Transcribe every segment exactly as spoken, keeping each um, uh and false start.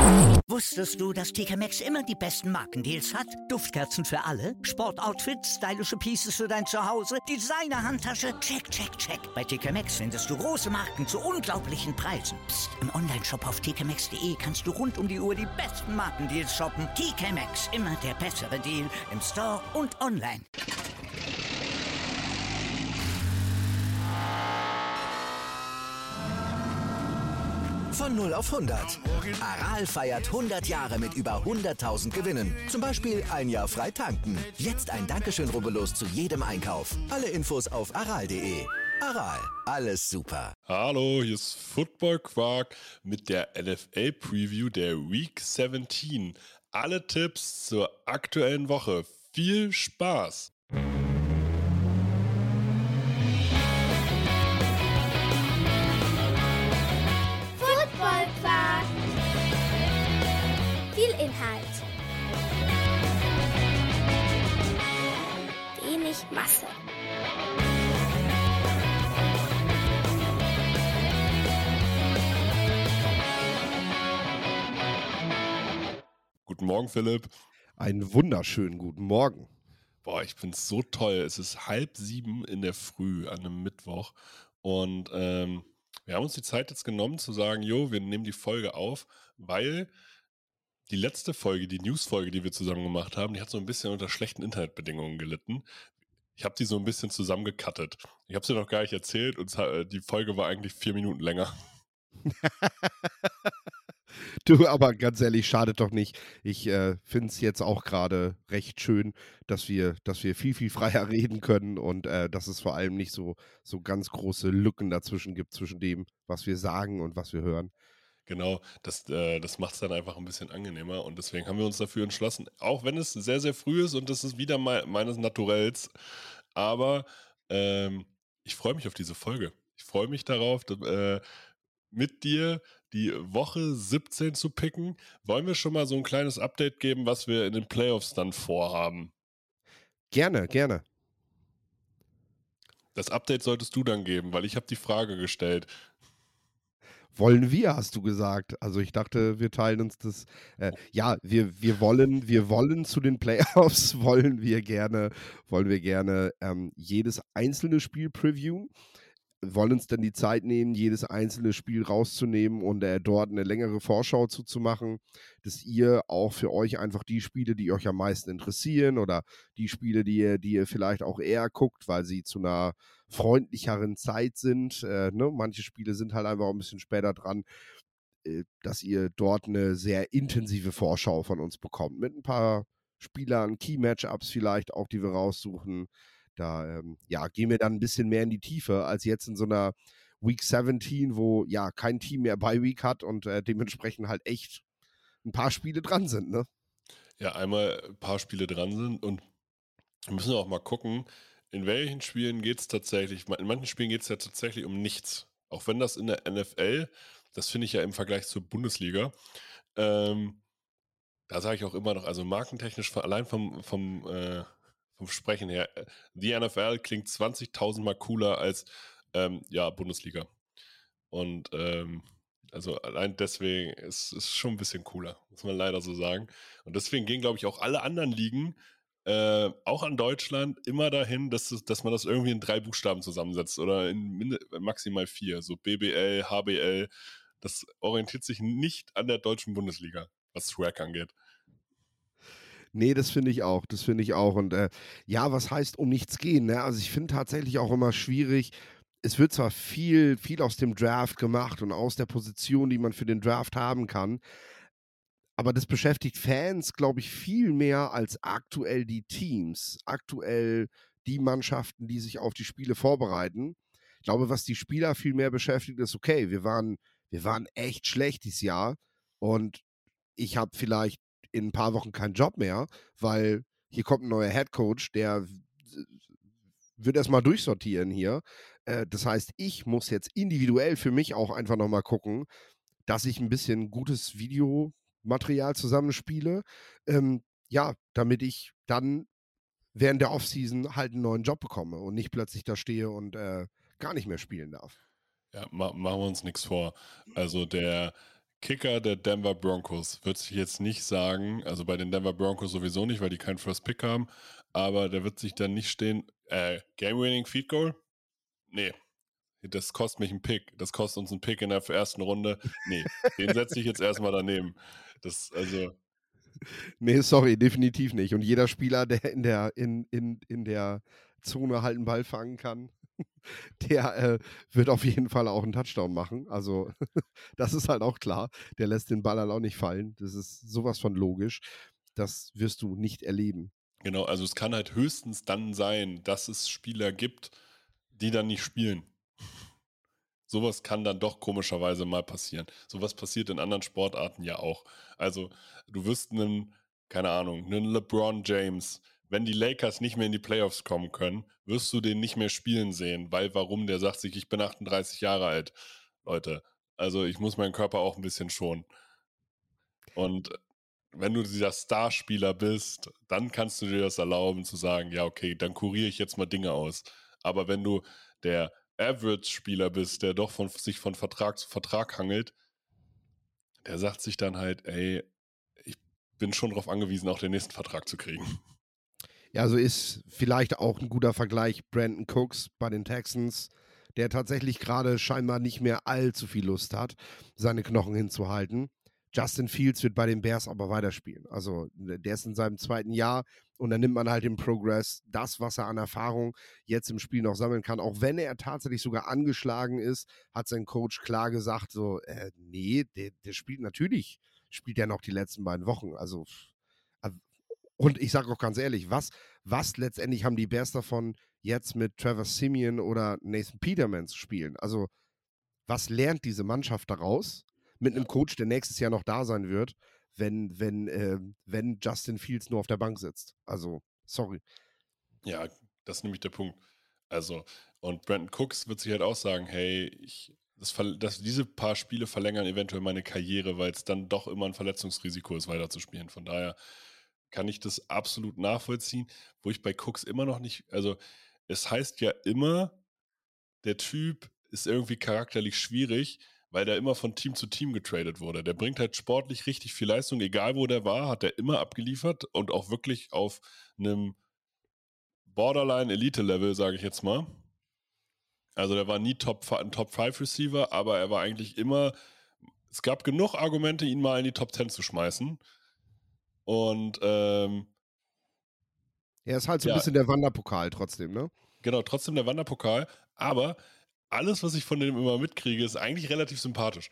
Wusstest du, dass T K Maxx immer die besten Markendeals hat? Duftkerzen für alle, Sportoutfits, stylische Pieces für dein Zuhause, Designer-Handtasche, check, check, check. Bei T K Maxx findest du große Marken zu unglaublichen Preisen. Psst. Im Onlineshop auf t k maxx punkt d e kannst du rund um die Uhr die besten Markendeals shoppen. T K Maxx, immer der bessere Deal im Store und online. Von null auf hundert. Aral feiert hundert Jahre mit über hunderttausend Gewinnen. Zum Beispiel ein Jahr frei tanken. Jetzt ein Dankeschön, rubbellos zu jedem Einkauf. Alle Infos auf aral punkt de. Aral, alles super. Hallo, hier ist Football Quark mit der N F L-Preview der Week siebzehn. Alle Tipps zur aktuellen Woche. Viel Spaß! Viel Inhalt. Wenig Masse. Guten Morgen, Philipp. Einen wunderschönen guten Morgen. Boah, ich find's so toll. Es ist halb sieben in der Früh an einem Mittwoch und ähm, wir haben uns die Zeit jetzt genommen zu sagen, jo, wir nehmen die Folge auf, weil die letzte Folge, die News-Folge, die wir zusammen gemacht haben, die hat so ein bisschen unter schlechten Internetbedingungen gelitten. Ich habe die so ein bisschen zusammengecuttet. Ich habe sie noch gar nicht erzählt und die Folge war eigentlich vier Minuten länger. Du, aber ganz ehrlich, schadet doch nicht. Ich äh, finde es jetzt auch gerade recht schön, dass wir, dass wir viel, viel freier reden können und äh, dass es vor allem nicht so, so ganz große Lücken dazwischen gibt, zwischen dem, was wir sagen und was wir hören. Genau, das, äh, das macht es dann einfach ein bisschen angenehmer und deswegen haben wir uns dafür entschlossen, auch wenn es sehr, sehr früh ist und das ist wieder me- meines Naturells, aber ähm, ich freue mich auf diese Folge. Ich freue mich darauf, d- äh, mit dir die Woche siebzehn zu picken. Wollen wir schon mal so ein kleines Update geben, was wir in den Playoffs dann vorhaben? Gerne, gerne. Das Update solltest du dann geben, weil ich habe die Frage gestellt. Wollen wir, hast du gesagt. Also ich dachte, wir teilen uns das. Äh, ja, wir, wir wollen, wir wollen zu den Playoffs, wollen wir gerne, wollen wir gerne ähm, jedes einzelne Spiel previewen. Wollen uns dann die Zeit nehmen, jedes einzelne Spiel rauszunehmen und äh, dort eine längere Vorschau zuzumachen, dass ihr auch für euch einfach die Spiele, die euch am meisten interessieren oder die Spiele, die ihr, die ihr vielleicht auch eher guckt, weil sie zu einer freundlicheren Zeit sind. Äh, ne? Manche Spiele sind halt einfach ein bisschen später dran, äh, dass ihr dort eine sehr intensive Vorschau von uns bekommt. Mit ein paar Spielern, Key-Matchups vielleicht auch, die wir raussuchen. Da ähm, ja, gehen wir dann ein bisschen mehr in die Tiefe als jetzt in so einer Week siebzehn, wo ja kein Team mehr Bye-Week hat und äh, dementsprechend halt echt ein paar Spiele dran sind, ne? Ja, einmal ein paar Spiele dran sind und wir müssen auch mal gucken, in welchen Spielen geht es tatsächlich, in manchen Spielen geht es ja tatsächlich um nichts. Auch wenn das in der N F L, das finde ich ja im Vergleich zur Bundesliga, ähm, da sage ich auch immer noch, also markentechnisch, allein vom, vom, äh, vom Sprechen her, äh, die N F L klingt zwanzigtausend Mal cooler als ähm, ja, Bundesliga. Und ähm, also allein deswegen ist es schon ein bisschen cooler, muss man leider so sagen. Und deswegen gehen, glaube ich, auch alle anderen Ligen, äh, auch an Deutschland, immer dahin, dass, es- dass man das irgendwie in drei Buchstaben zusammensetzt oder in minde- maximal vier, so B B L, H B L. Das orientiert sich nicht an der deutschen Bundesliga, was Swag angeht. Nee, das finde ich auch, das finde ich auch. Und äh, ja, was heißt um nichts gehen? Ne? Also ich finde tatsächlich auch immer schwierig. Es wird zwar viel, viel aus dem Draft gemacht und aus der Position, die man für den Draft haben kann, aber das beschäftigt Fans, glaube ich, viel mehr als aktuell die Teams, aktuell die Mannschaften, die sich auf die Spiele vorbereiten. Ich glaube, was die Spieler viel mehr beschäftigt, ist, okay, wir waren, wir waren echt schlecht dieses Jahr und ich habe vielleicht in ein paar Wochen keinen Job mehr, weil hier kommt ein neuer Headcoach, der wird erstmal durchsortieren hier. Äh, das heißt, ich muss jetzt individuell für mich auch einfach nochmal gucken, dass ich ein bisschen gutes Videomaterial zusammenspiele. Ähm, ja, damit ich dann während der Offseason halt einen neuen Job bekomme und nicht plötzlich da stehe und äh, gar nicht mehr spielen darf. Ja, ma machen wir uns nichts vor. Also der Kicker der Denver Broncos wird sich jetzt nicht sagen, also bei den Denver Broncos sowieso nicht, weil die keinen First Pick haben, aber der wird sich dann nicht stehen, äh, Game-Winning Field Goal? Nee, das kostet mich einen Pick, das kostet uns einen Pick in der ersten Runde. Nee, den setze ich jetzt erstmal daneben. Das, also... Nee, sorry, definitiv nicht. Und jeder Spieler, der in der, in, in, in der Zone halt einen Ball fangen kann, der äh, wird auf jeden Fall auch einen Touchdown machen. Also das ist halt auch klar. Der lässt den Ball halt auch nicht fallen. Das ist sowas von logisch. Das wirst du nicht erleben. Genau, also es kann halt höchstens dann sein, dass es Spieler gibt, die dann nicht spielen. Sowas kann dann doch komischerweise mal passieren. Sowas passiert in anderen Sportarten ja auch. Also du wirst einen, keine Ahnung, einen LeBron James, wenn die Lakers nicht mehr in die Playoffs kommen können, wirst du den nicht mehr spielen sehen, weil warum? Der sagt sich, ich bin achtunddreißig Jahre alt, Leute. Also ich muss meinen Körper auch ein bisschen schonen. Und wenn du dieser Starspieler bist, dann kannst du dir das erlauben zu sagen, ja okay, dann kuriere ich jetzt mal Dinge aus. Aber wenn du der Average-Spieler bist, der doch von, sich von Vertrag zu Vertrag hangelt, der sagt sich dann halt, ey, ich bin schon darauf angewiesen, auch den nächsten Vertrag zu kriegen. Ja, so ist vielleicht auch ein guter Vergleich Brandon Cooks bei den Texans, der tatsächlich gerade scheinbar nicht mehr allzu viel Lust hat, seine Knochen hinzuhalten. Justin Fields wird bei den Bears aber weiterspielen. Also der ist in seinem zweiten Jahr und dann nimmt man halt im Progress das, was er an Erfahrung jetzt im Spiel noch sammeln kann. Auch wenn er tatsächlich sogar angeschlagen ist, hat sein Coach klar gesagt, so, äh, nee, der, der spielt natürlich, spielt er noch die letzten beiden Wochen. Also und ich sage auch ganz ehrlich, was, was letztendlich haben die Bears davon, jetzt mit Trevor Siemian oder Nathan Peterman zu spielen? Also was lernt diese Mannschaft daraus mit einem Coach, der nächstes Jahr noch da sein wird, wenn, wenn, äh, wenn Justin Fields nur auf der Bank sitzt? Also, sorry. Ja, das ist nämlich der Punkt. Also, und Brandon Cooks wird sich halt auch sagen, hey, ich, das, das, diese paar Spiele verlängern eventuell meine Karriere, weil es dann doch immer ein Verletzungsrisiko ist, weiterzuspielen. Von daher kann ich das absolut nachvollziehen, wo ich bei Cooks immer noch nicht, also es heißt ja immer, der Typ ist irgendwie charakterlich schwierig, weil der immer von Team zu Team getradet wurde. Der bringt halt sportlich richtig viel Leistung, egal wo der war, hat er immer abgeliefert und auch wirklich auf einem Borderline-Elite-Level, sage ich jetzt mal. Also der war nie Top, ein Top fünf Receiver, aber er war eigentlich immer, es gab genug Argumente, ihn mal in die Top zehn zu schmeißen. Und ähm, er ist halt so ja, ein bisschen der Wanderpokal trotzdem, ne? Genau, trotzdem der Wanderpokal, aber alles, was ich von dem immer mitkriege, ist eigentlich relativ sympathisch.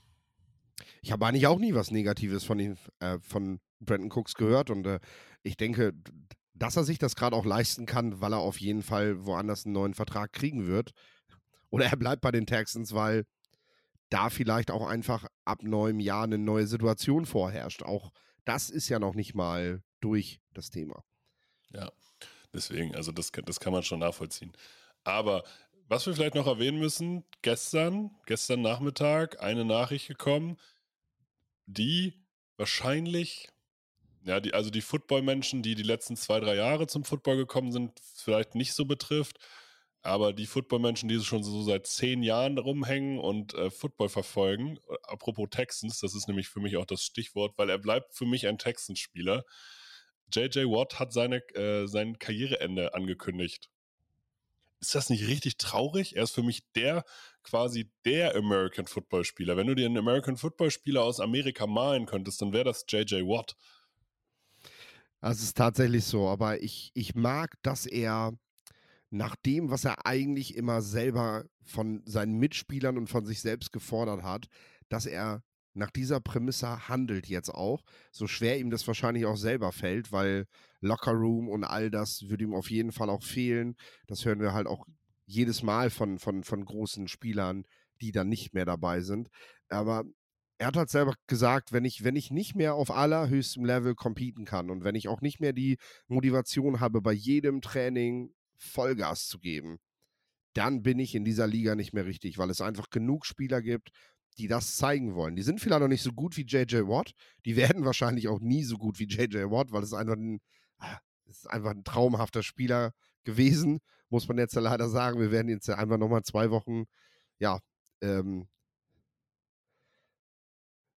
Ich habe eigentlich auch nie was Negatives von, ihm, äh, von Brandon Cooks gehört und äh, ich denke, dass er sich das gerade auch leisten kann, weil er auf jeden Fall woanders einen neuen Vertrag kriegen wird. Oder er bleibt bei den Texans, weil da vielleicht auch einfach ab neuem Jahr eine neue Situation vorherrscht. Auch das ist ja noch nicht mal durch das Thema. Ja, deswegen, also das, das kann man schon nachvollziehen. Aber was wir vielleicht noch erwähnen müssen, gestern, gestern Nachmittag eine Nachricht gekommen, die wahrscheinlich, ja, die, also die Football-Menschen, die die letzten zwei, drei Jahre zum Football gekommen sind, vielleicht nicht so betrifft, aber die Football-Menschen, die schon so seit zehn Jahren rumhängen und äh, Football verfolgen, apropos Texans, das ist nämlich für mich auch das Stichwort, weil er bleibt für mich ein Texans-Spieler. J J Watt hat seine, äh, sein Karriereende angekündigt. Ist das nicht richtig traurig? Er ist für mich der, quasi der American Football-Spieler. Wenn du dir einen American Football-Spieler aus Amerika malen könntest, dann wäre das J J Watt. Das ist tatsächlich so, aber ich, ich mag, dass er nach dem, was er eigentlich immer selber von seinen Mitspielern und von sich selbst gefordert hat, dass er nach dieser Prämisse handelt jetzt auch, so schwer ihm das wahrscheinlich auch selber fällt, weil Lockerroom und all das würde ihm auf jeden Fall auch fehlen. Das hören wir halt auch jedes Mal von, von, von großen Spielern, die dann nicht mehr dabei sind. Aber er hat halt selber gesagt, wenn ich, wenn ich nicht mehr auf allerhöchstem Level competen kann und wenn ich auch nicht mehr die Motivation habe, bei jedem Training Vollgas zu geben, dann bin ich in dieser Liga nicht mehr richtig, weil es einfach genug Spieler gibt, die das zeigen wollen. Die sind vielleicht noch nicht so gut wie J J Watt, die werden wahrscheinlich auch nie so gut wie J J Watt, weil es einfach ein, es ist einfach ein traumhafter Spieler gewesen, muss man jetzt ja leider sagen. Wir werden jetzt ja einfach nochmal zwei Wochen, ja, ähm,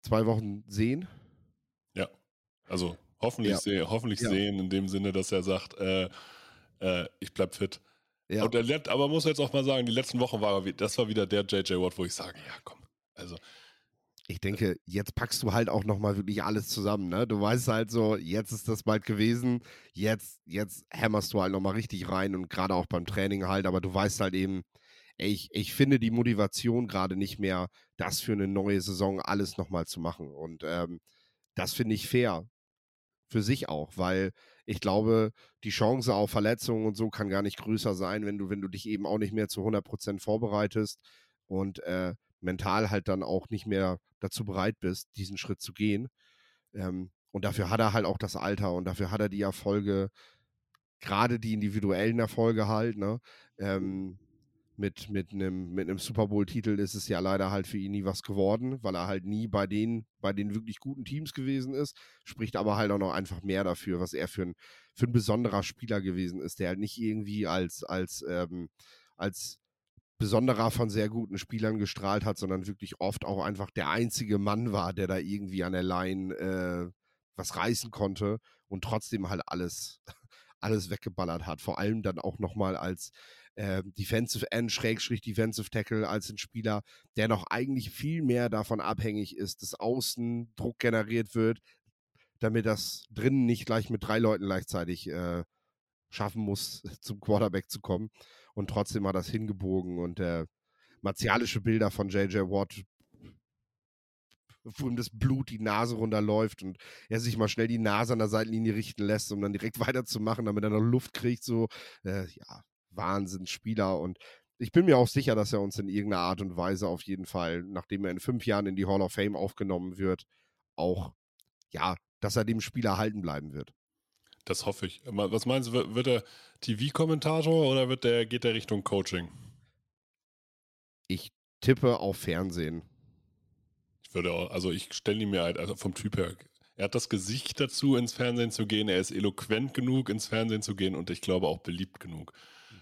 zwei Wochen sehen. Ja, also hoffentlich, Ja. seh, hoffentlich Ja. sehen in dem Sinne, dass er sagt, äh, äh, ich bleib fit. Ja. Und der, aber man muss jetzt auch mal sagen, die letzten Wochen war das war wieder der J J Watt, wo ich sage, ja komm, also ich denke, jetzt packst du halt auch nochmal wirklich alles zusammen, ne? Du weißt halt so, jetzt ist das bald gewesen, jetzt, jetzt hämmerst du halt nochmal richtig rein und gerade auch beim Training halt, aber du weißt halt eben, ey, ich, ich finde die Motivation gerade nicht mehr, das für eine neue Saison alles nochmal zu machen. Und ähm, das finde ich fair. Für sich auch, weil ich glaube, die Chance auf Verletzungen und so kann gar nicht größer sein, wenn du, wenn du dich eben auch nicht mehr zu hundert Prozent vorbereitest und äh, mental halt dann auch nicht mehr dazu bereit bist, diesen Schritt zu gehen. Ähm, und dafür hat er halt auch das Alter und dafür hat er die Erfolge, gerade die individuellen Erfolge halt, ne? Ähm, mit, mit einem mit einem Super Bowl-Titel ist es ja leider halt für ihn nie was geworden, weil er halt nie bei den, bei den wirklich guten Teams gewesen ist. Spricht aber halt auch noch einfach mehr dafür, was er für ein, für ein besonderer Spieler gewesen ist, der halt nicht irgendwie als, als, ähm, als besonderer von sehr guten Spielern gestrahlt hat, sondern wirklich oft auch einfach der einzige Mann war, der da irgendwie an der Line äh, was reißen konnte und trotzdem halt alles, alles weggeballert hat. Vor allem dann auch nochmal als äh, Defensive End, Schrägstrich Defensive Tackle, als ein Spieler, der noch eigentlich viel mehr davon abhängig ist, dass außen Druck generiert wird, damit das drinnen nicht gleich mit drei Leuten gleichzeitig äh, schaffen muss, zum Quarterback zu kommen. Und trotzdem hat das hingebogen und äh, martialische Bilder von J J Watt, wo ihm das Blut die Nase runterläuft und er sich mal schnell die Nase an der Seitenlinie richten lässt, um dann direkt weiterzumachen, damit er noch Luft kriegt, so, äh, ja, Wahnsinnsspieler und ich bin mir auch sicher, dass er uns in irgendeiner Art und Weise auf jeden Fall, nachdem er in fünf Jahren in die Hall of Fame aufgenommen wird, auch, ja, dass er dem Spieler erhalten bleiben wird. Das hoffe ich. Was meinst du, wird er T V-Kommentator oder wird der, geht der Richtung Coaching? Ich tippe auf Fernsehen. Ich würde auch, also ich stelle ihn mir halt also vom Typ her, er hat das Gesicht dazu, ins Fernsehen zu gehen, er ist eloquent genug, ins Fernsehen zu gehen und ich glaube auch beliebt genug.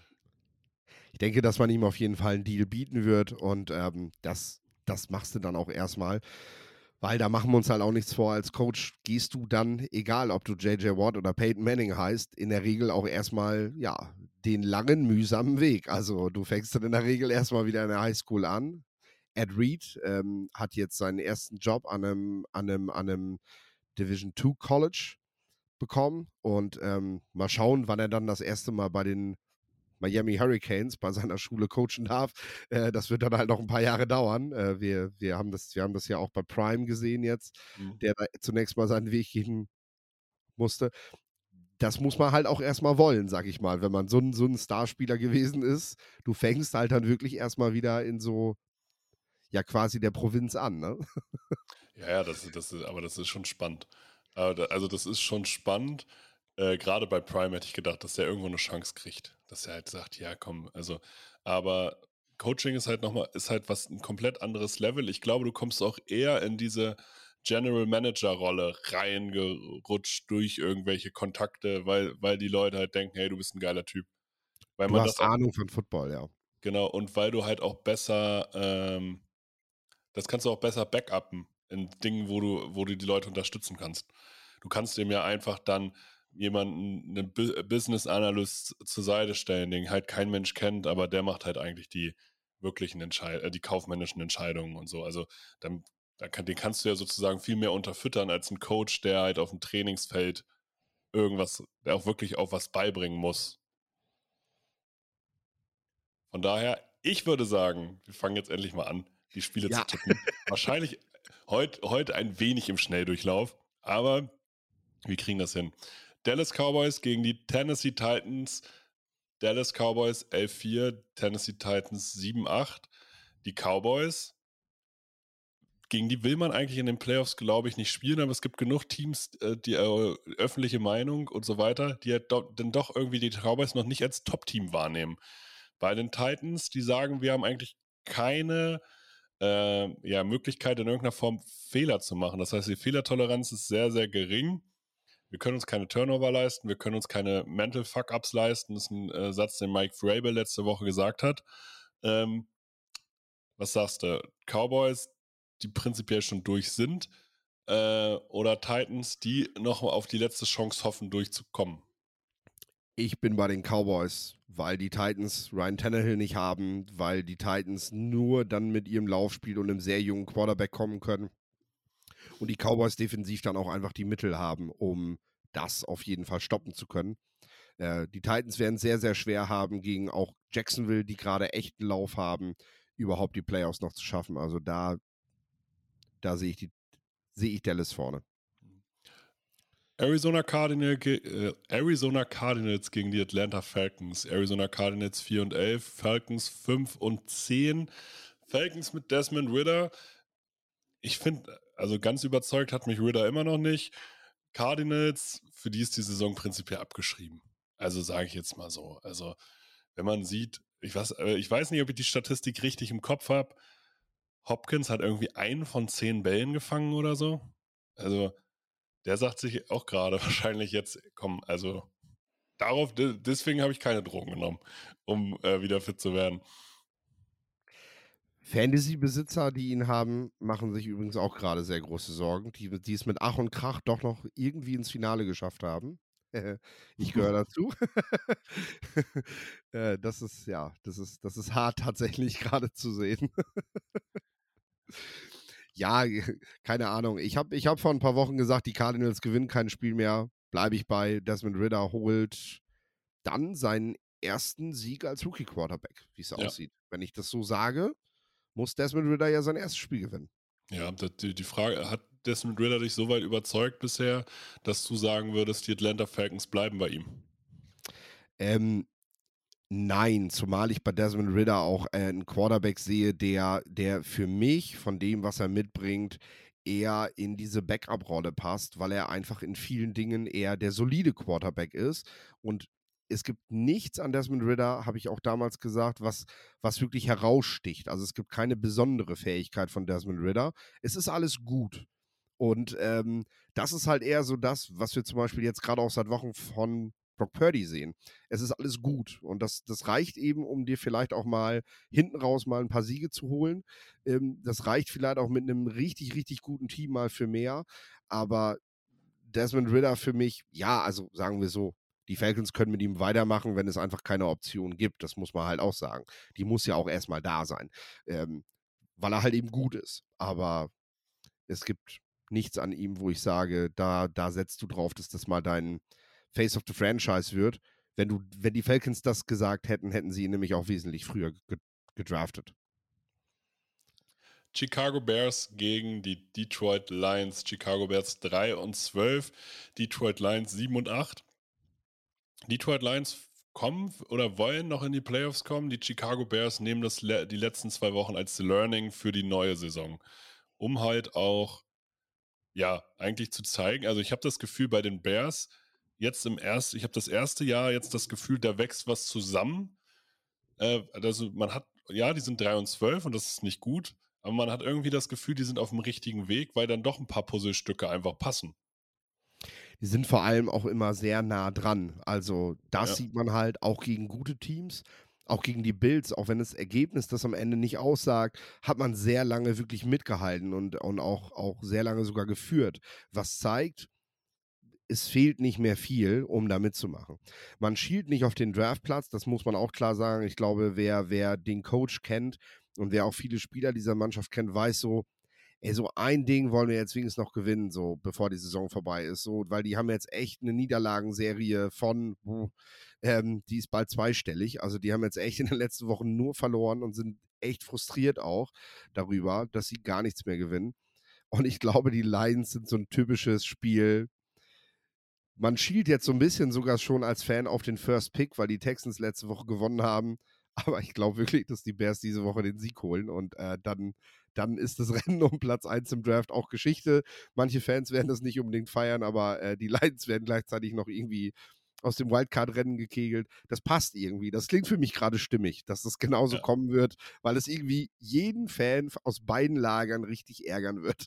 Ich denke, dass man ihm auf jeden Fall einen Deal bieten wird und ähm, das, das machst du dann auch erstmal. Weil da machen wir uns halt auch nichts vor. Als Coach gehst du dann, egal ob du J J Watt oder Peyton Manning heißt, in der Regel auch erstmal, ja, den langen, mühsamen Weg. Also du fängst dann in der Regel erstmal wieder in der Highschool an. Ed Reed ähm, hat jetzt seinen ersten Job an einem, an einem, an einem Division zwei College bekommen und ähm, mal schauen, wann er dann das erste Mal bei den Miami Hurricanes bei seiner Schule coachen darf. Äh, das wird dann halt noch ein paar Jahre dauern. Äh, wir, wir, haben das, wir haben das ja auch bei Prime gesehen jetzt, mhm. der da zunächst mal seinen Weg gehen musste. Das muss man halt auch erstmal wollen, sag ich mal, wenn man so ein, so ein Starspieler gewesen ist. Du fängst halt dann wirklich erstmal wieder in so, ja quasi der Provinz an, ne? Ja, ja, das, das ist, aber das ist schon spannend. Also das ist schon spannend. Äh, gerade bei Prime hätte ich gedacht, dass der irgendwo eine Chance kriegt. Dass er halt sagt, ja komm, also, aber Coaching ist halt nochmal, ist halt was ein komplett anderes Level. Ich glaube, du kommst auch eher in diese General Manager-Rolle reingerutscht durch irgendwelche Kontakte, weil, weil die Leute halt denken, hey, du bist ein geiler Typ. Weil du man hast das auch, Ahnung von Football, ja. Genau, und weil du halt auch besser, ähm, das kannst du auch besser backuppen in Dingen, wo du, wo du die Leute unterstützen kannst. Du kannst dem ja einfach dann jemanden, einen Business Analyst zur Seite stellen, den halt kein Mensch kennt, aber der macht halt eigentlich die wirklichen Entscheidungen, äh, die kaufmännischen Entscheidungen und so. Also dann, dann kann, den kannst du ja sozusagen viel mehr unterfüttern als ein Coach, der halt auf dem Trainingsfeld irgendwas, der auch wirklich auch was beibringen muss. Von daher, ich würde sagen, wir fangen jetzt endlich mal an, die Spiele ja. zu tippen. Wahrscheinlich heute heut ein wenig im Schnelldurchlauf, aber wir kriegen das hin. Dallas Cowboys gegen die Tennessee Titans. Dallas Cowboys elf vier, Tennessee Titans sieben acht. Die Cowboys, gegen die will man eigentlich in den Playoffs, glaube ich, nicht spielen, aber es gibt genug Teams, die äh, öffentliche Meinung und so weiter, die halt do, dann doch irgendwie die Cowboys noch nicht als Top-Team wahrnehmen. Bei den Titans, die sagen, wir haben eigentlich keine äh, ja, Möglichkeit, in irgendeiner Form Fehler zu machen. Das heißt, die Fehlertoleranz ist sehr, sehr gering. Wir können uns keine Turnover leisten, wir können uns keine Mental Fuck-Ups leisten. Das ist ein äh, Satz, den Mike Vrabel letzte Woche gesagt hat. Ähm, was sagst du? Cowboys, die prinzipiell schon durch sind, äh, oder Titans, die noch auf die letzte Chance hoffen, durchzukommen? Ich bin bei den Cowboys, weil die Titans Ryan Tannehill nicht haben, weil die Titans nur dann mit ihrem Laufspiel und einem sehr jungen Quarterback kommen können und die Cowboys defensiv dann auch einfach die Mittel haben, um das auf jeden Fall stoppen zu können. Äh, die Titans werden sehr, sehr schwer haben, gegen auch Jacksonville, die gerade echten Lauf haben, überhaupt die Playoffs noch zu schaffen. Also da, da sehe ich, die, sehe ich Dallas vorne. Arizona, Cardinal, äh, Arizona Cardinals gegen die Atlanta Falcons. Arizona Cardinals vier und elf, Falcons fünf und zehn. Falcons mit Desmond Ridder. Ich finde, also ganz überzeugt hat mich Ridder immer noch nicht. Cardinals, für die ist die Saison prinzipiell abgeschrieben. Also sage ich jetzt mal so. Also wenn man sieht, ich weiß, ich weiß nicht, ob ich die Statistik richtig im Kopf habe. Hopkins hat irgendwie einen von zehn Bällen gefangen oder so. Also der sagt sich auch gerade wahrscheinlich jetzt, komm, also darauf, deswegen habe ich keine Drogen genommen, um äh, wieder fit zu werden. Fantasy-Besitzer, die ihn haben, machen sich übrigens auch gerade sehr große Sorgen, die, die es mit Ach und Krach doch noch irgendwie ins Finale geschafft haben. Ich gehöre dazu. Das ist, ja, das ist, das ist hart tatsächlich gerade zu sehen. Ja, keine Ahnung. Ich habe ich hab vor ein paar Wochen gesagt, die Cardinals gewinnen kein Spiel mehr. Bleibe ich bei. Desmond Ridder holt dann seinen ersten Sieg als Rookie-Quarterback, wie es Ja. aussieht. Wenn ich das so sage, muss Desmond Ridder ja sein erstes Spiel gewinnen. Ja, die, die Frage, hat Desmond Ridder dich so weit überzeugt bisher, dass du sagen würdest, die Atlanta Falcons bleiben bei ihm? Ähm, nein, zumal ich bei Desmond Ridder auch äh, einen Quarterback sehe, der, der für mich von dem, was er mitbringt, eher in diese Backup-Rolle passt, weil er einfach in vielen Dingen eher der solide Quarterback ist. Und es gibt nichts an Desmond Ridder, habe ich auch damals gesagt, was, was wirklich heraussticht. Also es gibt keine besondere Fähigkeit von Desmond Ridder. Es ist alles gut. Und ähm, das ist halt eher so das, was wir zum Beispiel jetzt gerade auch seit Wochen von Brock Purdy sehen. Es ist alles gut und das, das reicht eben, um dir vielleicht auch mal hinten raus mal ein paar Siege zu holen. Ähm, das reicht vielleicht auch mit einem richtig, richtig guten Team mal für mehr, aber Desmond Ridder für mich, ja, also sagen wir so, die Falcons können mit ihm weitermachen, wenn es einfach keine Option gibt. Das muss man halt auch sagen. Die muss ja auch erstmal da sein, ähm, weil er halt eben gut ist. Aber es gibt nichts an ihm, wo ich sage, da, da setzt du drauf, dass das mal dein Face of the Franchise wird. Wenn du, wenn die Falcons das gesagt hätten, hätten sie ihn nämlich auch wesentlich früher gedraftet. Chicago Bears gegen die Detroit Lions. Chicago Bears drei und zwölf, Detroit Lions sieben und acht. Detroit Lions kommen oder wollen noch in die Playoffs kommen. Die Chicago Bears nehmen das le- die letzten zwei Wochen als Learning für die neue Saison, um halt auch, ja, eigentlich zu zeigen. Also ich habe das Gefühl bei den Bears, jetzt im ersten, ich habe das erste Jahr jetzt das Gefühl, da wächst was zusammen. Äh, also man hat, ja, die sind drei und zwölf und das ist nicht gut, aber man hat irgendwie das Gefühl, die sind auf dem richtigen Weg, weil dann doch ein paar Puzzlestücke einfach passen. Die sind vor allem auch immer sehr nah dran. Also das Ja. sieht man halt auch gegen gute Teams, auch gegen die Bills, auch wenn das Ergebnis das am Ende nicht aussagt, hat man sehr lange wirklich mitgehalten und, und auch, auch sehr lange sogar geführt. Was zeigt, es fehlt nicht mehr viel, um da mitzumachen. Man schielt nicht auf den Draftplatz, das muss man auch klar sagen. Ich glaube, wer, wer den Coach kennt und wer auch viele Spieler dieser Mannschaft kennt, weiß so, ey, so ein Ding wollen wir jetzt wenigstens noch gewinnen, so bevor die Saison vorbei ist. So, weil die haben jetzt echt eine Niederlagenserie von, ähm, die ist bald zweistellig. Also die haben jetzt echt in den letzten Wochen nur verloren und sind echt frustriert auch darüber, dass sie gar nichts mehr gewinnen. Und ich glaube, die Lions sind so ein typisches Spiel. Man schielt jetzt so ein bisschen sogar schon als Fan auf den First Pick, weil die Texans letzte Woche gewonnen haben. Aber ich glaube wirklich, dass die Bears diese Woche den Sieg holen und äh, dann, dann ist das Rennen um Platz eins im Draft auch Geschichte. Manche Fans werden das nicht unbedingt feiern, aber äh, die Lions werden gleichzeitig noch irgendwie aus dem Wildcard-Rennen gekegelt. Das passt irgendwie. Das klingt für mich gerade stimmig, dass das genauso ja. kommen wird, weil es irgendwie jeden Fan aus beiden Lagern richtig ärgern wird.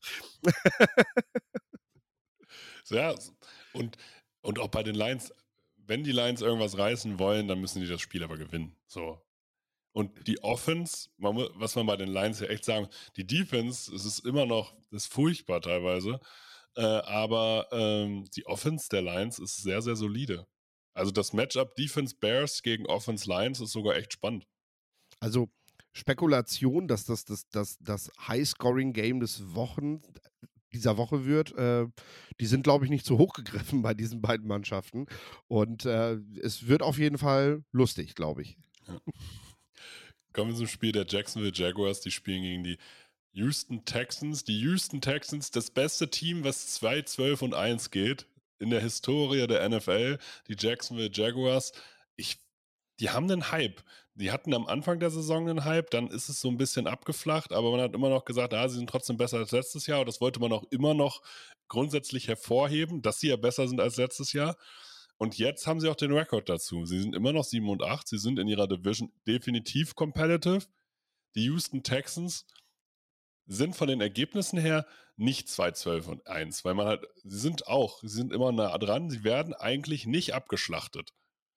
Ja, und, und auch bei den Lions, wenn die Lions irgendwas reißen wollen, dann müssen die das Spiel aber gewinnen. So. Und die Offense, man, mu- was man bei den Lions ja echt sagen, die Defense, es ist immer noch, das ist furchtbar teilweise, äh, aber ähm, die Offense der Lions ist sehr, sehr solide. Also das Matchup Defense Bears gegen Offense Lions ist sogar echt spannend. Also Spekulation, dass das das, das, das High-Scoring-Game des Wochen, dieser Woche wird, äh, die sind, glaube ich, nicht zu hoch gegriffen bei diesen beiden Mannschaften. Und äh, es wird auf jeden Fall lustig, glaube ich. Ja. Kommen wir zum Spiel der Jacksonville Jaguars, die spielen gegen die Houston Texans. Die Houston Texans, das beste Team, was zwei zwölf und eins geht in der Historie der N F L. Die Jacksonville Jaguars, ich, die haben einen Hype. Die hatten am Anfang der Saison einen Hype, dann ist es so ein bisschen abgeflacht, aber man hat immer noch gesagt, ah, sie sind trotzdem besser als letztes Jahr und das wollte man auch immer noch grundsätzlich hervorheben, dass sie ja besser sind als letztes Jahr. Und jetzt haben sie auch den Rekord dazu. Sie sind immer noch sieben und acht, sie sind in ihrer Division definitiv competitive. Die Houston Texans sind von den Ergebnissen her nicht zwei zwölf und eins, weil man halt, sie sind auch, sie sind immer nah dran, sie werden eigentlich nicht abgeschlachtet.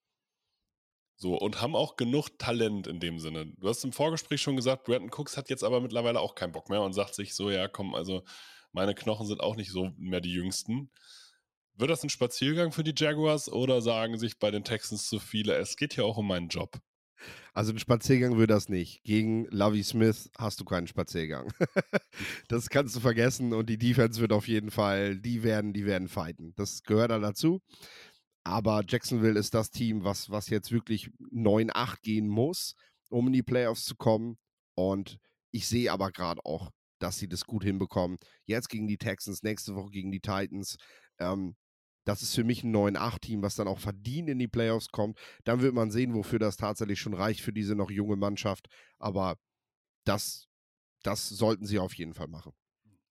So, und haben auch genug Talent in dem Sinne. Du hast im Vorgespräch schon gesagt, Brandon Cooks hat jetzt aber mittlerweile auch keinen Bock mehr und sagt sich so, ja komm, also meine Knochen sind auch nicht so mehr die jüngsten. Wird das ein Spaziergang für die Jaguars oder sagen sich bei den Texans zu viele, es geht hier auch um meinen Job? Also ein Spaziergang wird das nicht. Gegen Lovie Smith hast du keinen Spaziergang. Das kannst du vergessen und die Defense wird auf jeden Fall, die werden, die werden fighten. Das gehört da dazu. Aber Jacksonville ist das Team, was, was jetzt wirklich neun acht gehen muss, um in die Playoffs zu kommen. Und ich sehe aber gerade auch, dass sie das gut hinbekommen. Jetzt gegen die Texans, nächste Woche gegen die Titans. Ähm, das ist für mich ein neun acht Team, was dann auch verdient in die Playoffs kommt. Dann wird man sehen, wofür das tatsächlich schon reicht für diese noch junge Mannschaft. Aber das, das sollten sie auf jeden Fall machen.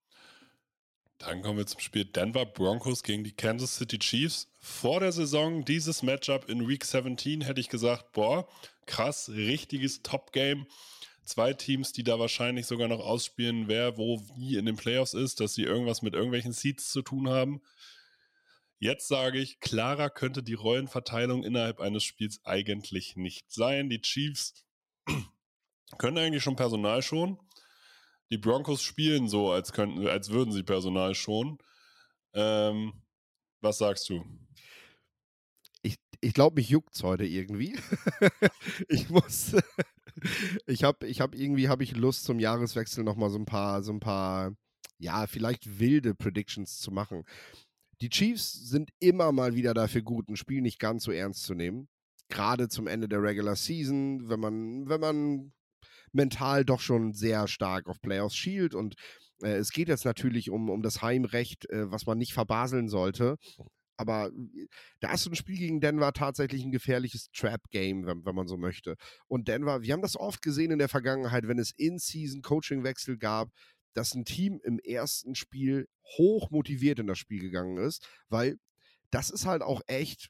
Dann kommen wir zum Spiel Denver Broncos gegen die Kansas City Chiefs. Vor der Saison dieses Matchup in Week siebzehn hätte ich gesagt, boah, krass, richtiges Top-Game. Zwei Teams, die da wahrscheinlich sogar noch ausspielen, wer wo wie in den Playoffs ist, dass sie irgendwas mit irgendwelchen Seeds zu tun haben. Jetzt sage ich, klarer könnte die Rollenverteilung innerhalb eines Spiels eigentlich nicht sein. Die Chiefs können eigentlich schon Personal schonen. Die Broncos spielen so, als könnten, als würden sie Personal schonen. Ähm, was sagst du? Ich, ich glaube, mich juckt's heute irgendwie. Ich muss, ich habe ich hab irgendwie habe ich Lust zum Jahreswechsel nochmal so ein paar, so ein paar, ja, vielleicht wilde Predictions zu machen. Die Chiefs sind immer mal wieder dafür gut, ein Spiel nicht ganz so ernst zu nehmen. Gerade zum Ende der Regular Season, wenn man, wenn man mental doch schon sehr stark auf Playoffs schielt. Und äh, es geht jetzt natürlich um, um das Heimrecht, äh, was man nicht verbaseln sollte. Aber äh, da ist so ein Spiel gegen Denver tatsächlich ein gefährliches Trap-Game, wenn, wenn man so möchte. Und Denver, wir haben das oft gesehen in der Vergangenheit, wenn es In-Season-Coaching-Wechsel gab, dass ein Team im ersten Spiel hoch motiviert in das Spiel gegangen ist, weil das ist halt auch echt,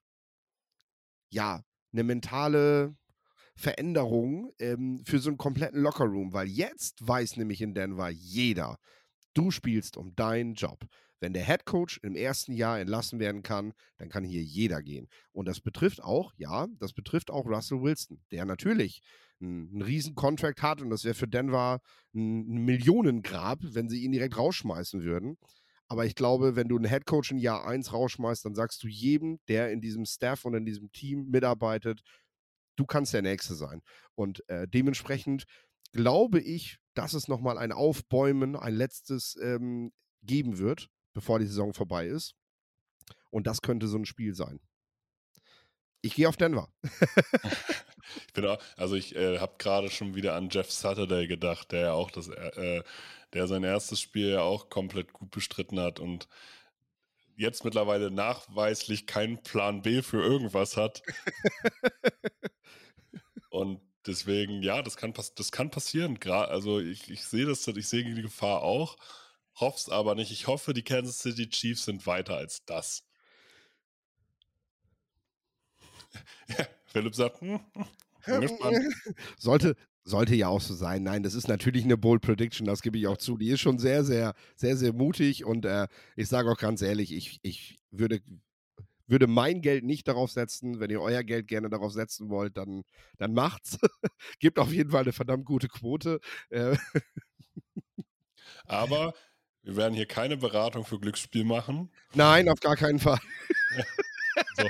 ja, eine mentale Veränderung ähm, für so einen kompletten Lockerroom, weil jetzt weiß nämlich in Denver jeder, du spielst um deinen Job. Wenn der Headcoach im ersten Jahr entlassen werden kann, dann kann hier jeder gehen. Und das betrifft auch, ja, das betrifft auch Russell Wilson, der natürlich einen, einen riesen Contract hat und das wäre für Denver ein, ein Millionengrab, wenn sie ihn direkt rausschmeißen würden. Aber ich glaube, wenn du einen Headcoach in Jahr eins rausschmeißt, dann sagst du jedem, der in diesem Staff und in diesem Team mitarbeitet, du kannst der Nächste sein. Und äh, dementsprechend glaube ich, dass es nochmal ein Aufbäumen, ein letztes ähm, geben wird, bevor die Saison vorbei ist. Und das könnte so ein Spiel sein. Ich gehe auf Denver. Ich bin auch, also ich äh, habe gerade schon wieder an Jeff Saturday gedacht, der ja auch das, äh, der sein erstes Spiel ja auch komplett gut bestritten hat und jetzt mittlerweile nachweislich keinen Plan B für irgendwas hat. Und deswegen, ja, das kann, pass das kann passieren. Gra also ich, ich sehe das, ich sehe die Gefahr auch, hoffe es aber nicht. Ich hoffe, die Kansas City Chiefs sind weiter als das. Ja, Philipp sagt, hm, bin gespannt. Sollte, sollte ja auch so sein. Nein, das ist natürlich eine Bold Prediction, das gebe ich auch zu. Die ist schon sehr, sehr, sehr, sehr mutig und äh, ich sage auch ganz ehrlich, ich, ich würde, würde mein Geld nicht darauf setzen. Wenn ihr euer Geld gerne darauf setzen wollt, dann, dann macht's. Gibt auf jeden Fall eine verdammt gute Quote. Äh, Aber wir werden hier keine Beratung für Glücksspiel machen. Nein, auf gar keinen Fall. So.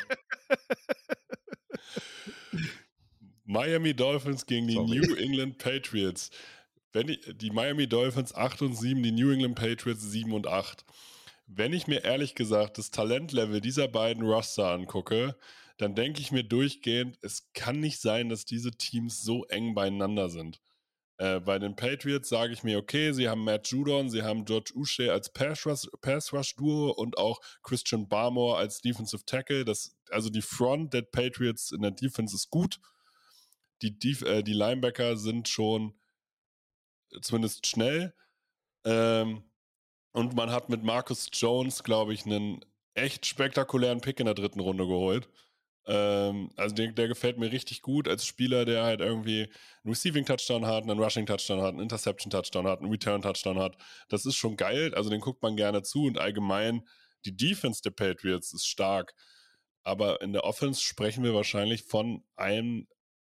Miami Dolphins gegen die Sorry. New England Patriots. Wenn ich, die Miami Dolphins acht und sieben, die New England Patriots sieben und acht. Wenn ich mir ehrlich gesagt das Talentlevel dieser beiden Roster angucke, dann denke ich mir durchgehend, es kann nicht sein, dass diese Teams so eng beieinander sind. Äh, bei den Patriots sage ich mir, okay, sie haben Matt Judon, sie haben George Uche als Pass-Rush-Duo und auch Christian Barmore als Defensive Tackle. Das, also die Front der Patriots in der Defense ist gut. Die, Def- äh, die Linebacker sind schon zumindest schnell. Ähm, und man hat mit Marcus Jones, glaube ich, einen echt spektakulären Pick in der dritten Runde geholt. Ähm, also der, der gefällt mir richtig gut als Spieler, der halt irgendwie einen Receiving-Touchdown hat, einen Rushing-Touchdown hat, einen Interception-Touchdown hat, einen Return-Touchdown hat. Das ist schon geil, also den guckt man gerne zu und allgemein die Defense der Patriots ist stark. Aber in der Offense sprechen wir wahrscheinlich von einem,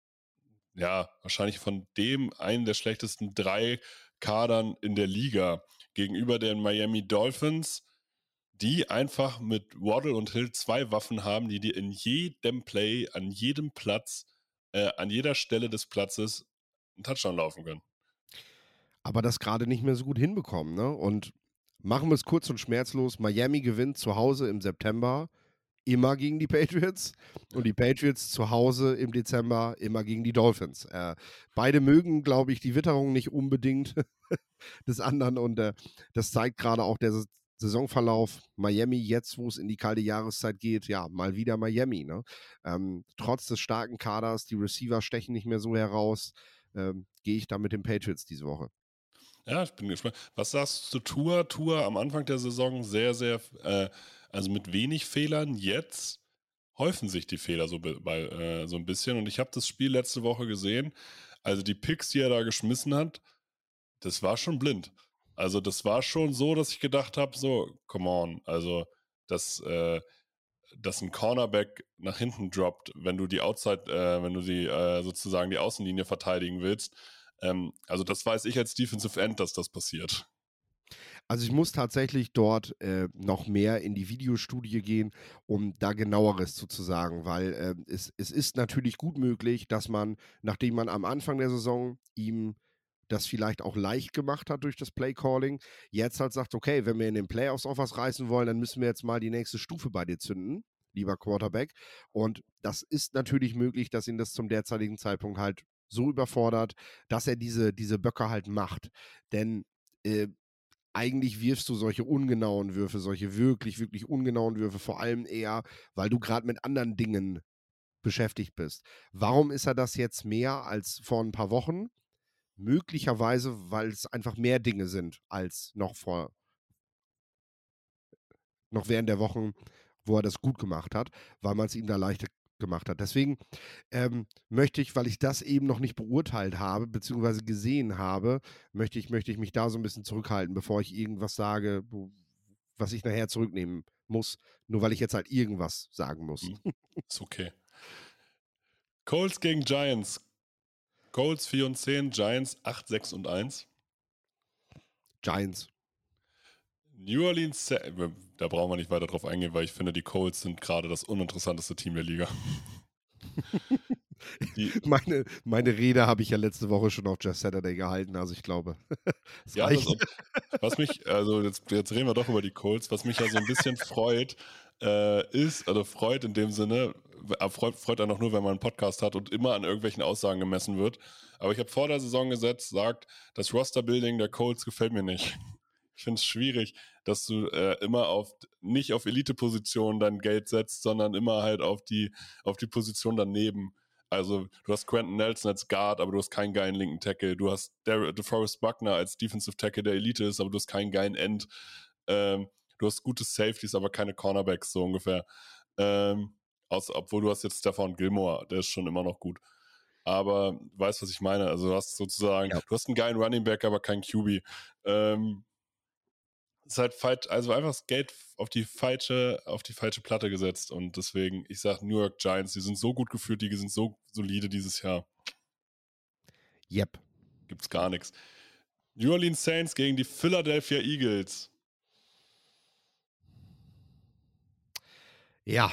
ja, wahrscheinlich von dem einen der schlechtesten drei Kadern in der Liga gegenüber den Miami Dolphins, die einfach mit Waddle und Hill zwei Waffen haben, die dir in jedem Play, an jedem Platz, äh, an jeder Stelle des Platzes einen Touchdown laufen können. Aber das gerade nicht mehr so gut hinbekommen, ne? Und machen wir es kurz und schmerzlos. Miami gewinnt zu Hause im September immer gegen die Patriots und die Patriots zu Hause im Dezember immer gegen die Dolphins. Äh, beide mögen, glaube ich, die Witterung nicht unbedingt des anderen und äh, das zeigt gerade auch der Saisonverlauf. Miami jetzt, wo es in die kalte Jahreszeit geht, ja, mal wieder Miami. Ne? Ähm, trotz des starken Kaders, die Receiver stechen nicht mehr so heraus, ähm, gehe ich da mit den Patriots diese Woche. Ja, ich bin gespannt. Was sagst du zu Tour? Tour am Anfang der Saison sehr, sehr, äh, also mit wenig Fehlern. Jetzt häufen sich die Fehler so, bei, äh, so ein bisschen. Und ich habe das Spiel letzte Woche gesehen. Also die Picks, die er da geschmissen hat, das war schon blind. Also das war schon so, dass ich gedacht habe, so, come on. Also, dass, äh, dass ein Cornerback nach hinten droppt, wenn du die Outside, äh, wenn du die äh, sozusagen die Außenlinie verteidigen willst. Ähm, also das weiß ich als Defensive End, dass das passiert. Also ich muss tatsächlich dort äh, noch mehr in die Videostudie gehen, um da genaueres zu, zu sagen, weil äh, es, es ist natürlich gut möglich, dass man, nachdem man am Anfang der Saison ihm das vielleicht auch leicht gemacht hat durch das Playcalling, jetzt halt sagt, okay, wenn wir in den Playoffs auch was reißen wollen, dann müssen wir jetzt mal die nächste Stufe bei dir zünden, lieber Quarterback. Und das ist natürlich möglich, dass ihn das zum derzeitigen Zeitpunkt halt so überfordert, dass er diese, diese Böcke halt macht. Denn äh, eigentlich wirfst du solche ungenauen Würfe, solche wirklich, wirklich ungenauen Würfe, vor allem eher, weil du gerade mit anderen Dingen beschäftigt bist. Warum ist er das jetzt mehr als vor ein paar Wochen? Möglicherweise, weil es einfach mehr Dinge sind als noch vor, noch während der Wochen, wo er das gut gemacht hat, weil man es ihm da leichter gemacht hat. Deswegen ähm, möchte ich, weil ich das eben noch nicht beurteilt habe, beziehungsweise gesehen habe, möchte ich, möchte ich mich da so ein bisschen zurückhalten, bevor ich irgendwas sage, wo, was ich nachher zurücknehmen muss, nur weil ich jetzt halt irgendwas sagen muss. Hm, ist okay. Colts gegen Giants. Colts vier und zehn, Giants acht, sechs und eins. Giants. New Orleans, da brauchen wir nicht weiter drauf eingehen, weil ich finde, die Colts sind gerade das uninteressanteste Team der Liga. Die, meine, meine Rede habe ich ja letzte Woche schon auf Just Saturday gehalten, also ich glaube. ja, das, was mich, also jetzt, jetzt reden wir doch über die Colts, was mich ja so ein bisschen freut, äh, ist, also freut in dem Sinne, freut, freut einen auch nur, wenn man einen Podcast hat und immer an irgendwelchen Aussagen gemessen wird. Aber ich habe vor der Saison gesetzt, sagt, das Roster-Building der Colts gefällt mir nicht. Ich finde es schwierig, dass du äh, immer auf, nicht auf Elite-Positionen dein Geld setzt, sondern immer halt auf die, auf die Position daneben. Also du hast Quentin Nelson als Guard, aber du hast keinen geilen linken Tackle. Du hast DeForest Buckner als Defensive Tackle, der Elite ist, aber du hast keinen geilen End. Ähm, du hast gute Safeties, aber keine Cornerbacks, so ungefähr. Ähm, aus, obwohl du hast jetzt Stephon Gilmore, der ist schon immer noch gut. Aber du weißt, was ich meine. Also du hast sozusagen, ja. du hast einen geilen Running Back, aber keinen Q B. Ähm, ist halt falsch, also einfach das Geld auf die falsche, auf die falsche Platte gesetzt und deswegen, ich sag New York Giants, die sind so gut geführt, die sind so solide dieses Jahr. Yep. Gibt's gar nichts. New Orleans Saints gegen die Philadelphia Eagles. Ja.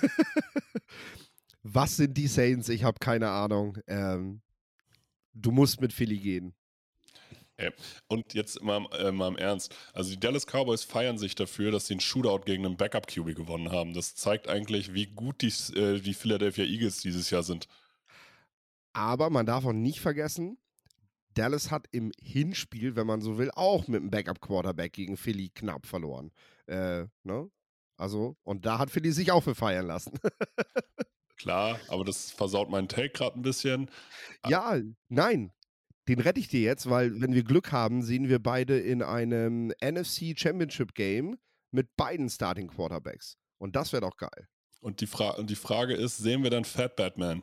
Was sind die Saints? Ich habe keine Ahnung. Ähm, du musst mit Philly gehen. Okay. Und jetzt mal, äh, mal im Ernst. Also die Dallas Cowboys feiern sich dafür, dass sie einen Shootout gegen einen Backup-Q B gewonnen haben. Das zeigt eigentlich, wie gut die, äh, die Philadelphia Eagles dieses Jahr sind. Aber man darf auch nicht vergessen, Dallas hat im Hinspiel, wenn man so will, auch mit einem Backup-Quarterback gegen Philly knapp verloren. Äh, ne? Also, und da hat Philly sich auch für feiern lassen. Klar, aber das versaut meinen Take gerade ein bisschen. Ja, nein. Den rette ich dir jetzt, weil wenn wir Glück haben, sehen wir beide in einem N F C Championship Game mit beiden Starting Quarterbacks. Und das wäre doch geil. Und die, Fra- und die Frage ist, sehen wir dann Fat Batman?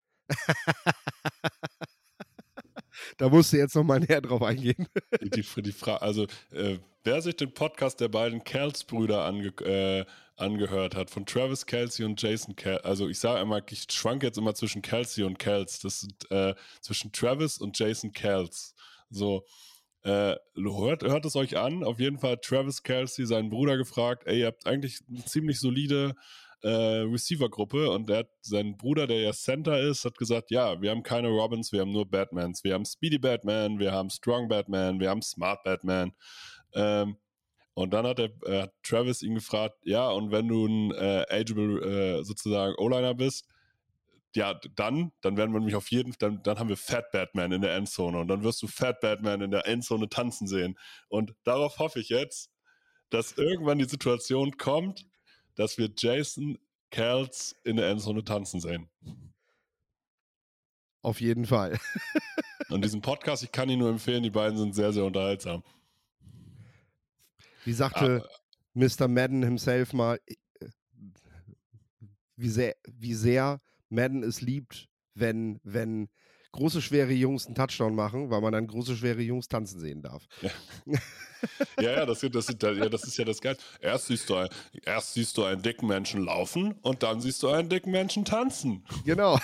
Da musst du jetzt noch mal näher drauf eingehen. Die, die, die Fra- also, äh, wer sich den Podcast der beiden Kels-Brüder ange äh, angehört hat, von Travis Kelce und Jason Kelce, also ich sage einmal, ich schwanke jetzt immer zwischen Kelce und Kelce, das sind äh, zwischen Travis und Jason Kelce. So, äh, hört, hört es euch an. Auf jeden Fall hat Travis Kelce seinen Bruder gefragt, ey, ihr habt eigentlich eine ziemlich solide äh, Receiver-Gruppe und der hat, sein Bruder, der ja Center ist, hat gesagt, ja, wir haben keine Robins, wir haben nur Batmans. Wir haben Speedy Batman, wir haben Strong Batman, wir haben Smart Batman. Ähm, und dann hat, der, äh, hat Travis ihn gefragt, ja, und wenn du ein äh, ageable äh, sozusagen O-Liner bist, ja, dann, dann werden wir nämlich auf jeden Fall, dann, dann haben wir Fat Batman in der Endzone und dann wirst du Fat Batman in der Endzone tanzen sehen. Und darauf hoffe ich jetzt, dass irgendwann die Situation kommt, dass wir Jason Kelce in der Endzone tanzen sehen. Auf jeden Fall. Und diesen Podcast, ich kann ihn nur empfehlen, die beiden sind sehr, sehr unterhaltsam. Wie sagte Ah, Mister Madden himself mal, wie sehr, wie sehr Madden es liebt, wenn, wenn große, schwere Jungs einen Touchdown machen, weil man dann große, schwere Jungs tanzen sehen darf. Ja, ja, ja, das, das, das, ja, das ist ja das Geil. Erst siehst, du ein, erst siehst du einen dicken Menschen laufen und dann siehst du einen dicken Menschen tanzen. Genau.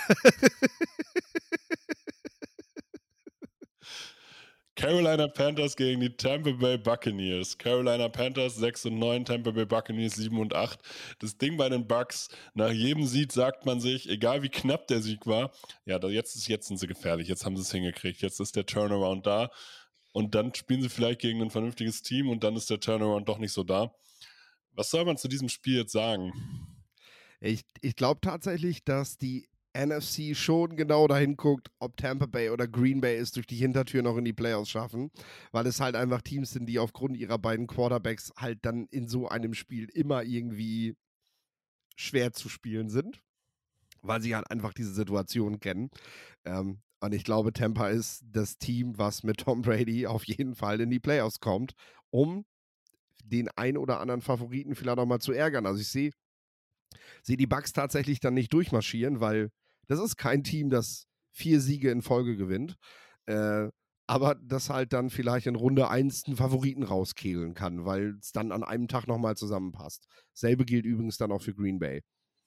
Carolina Panthers gegen die Tampa Bay Buccaneers. Carolina Panthers sechs und neun, Tampa Bay Buccaneers sieben und acht. Das Ding bei den Bucks, nach jedem Sieg sagt man sich, egal wie knapp der Sieg war, ja, da, jetzt, ist, jetzt sind sie gefährlich, jetzt haben sie es hingekriegt, jetzt ist der Turnaround da und dann spielen sie vielleicht gegen ein vernünftiges Team und dann ist der Turnaround doch nicht so da. Was soll man zu diesem Spiel jetzt sagen? Ich, ich glaube tatsächlich, dass die N F C schon genau dahin guckt, ob Tampa Bay oder Green Bay es durch die Hintertür noch in die Playoffs schaffen, weil es halt einfach Teams sind, die aufgrund ihrer beiden Quarterbacks halt dann in so einem Spiel immer irgendwie schwer zu spielen sind, weil sie halt einfach diese Situation kennen. Ähm, und ich glaube, Tampa ist das Team, was mit Tom Brady auf jeden Fall in die Playoffs kommt, um den ein oder anderen Favoriten vielleicht auch mal zu ärgern. Also ich sehe sehe die Bucks tatsächlich dann nicht durchmarschieren, weil das ist kein Team, das vier Siege in Folge gewinnt, äh, aber das halt dann vielleicht in Runde eins einen Favoriten rauskehlen kann, weil es dann an einem Tag nochmal zusammenpasst. Selbe gilt übrigens dann auch für Green Bay.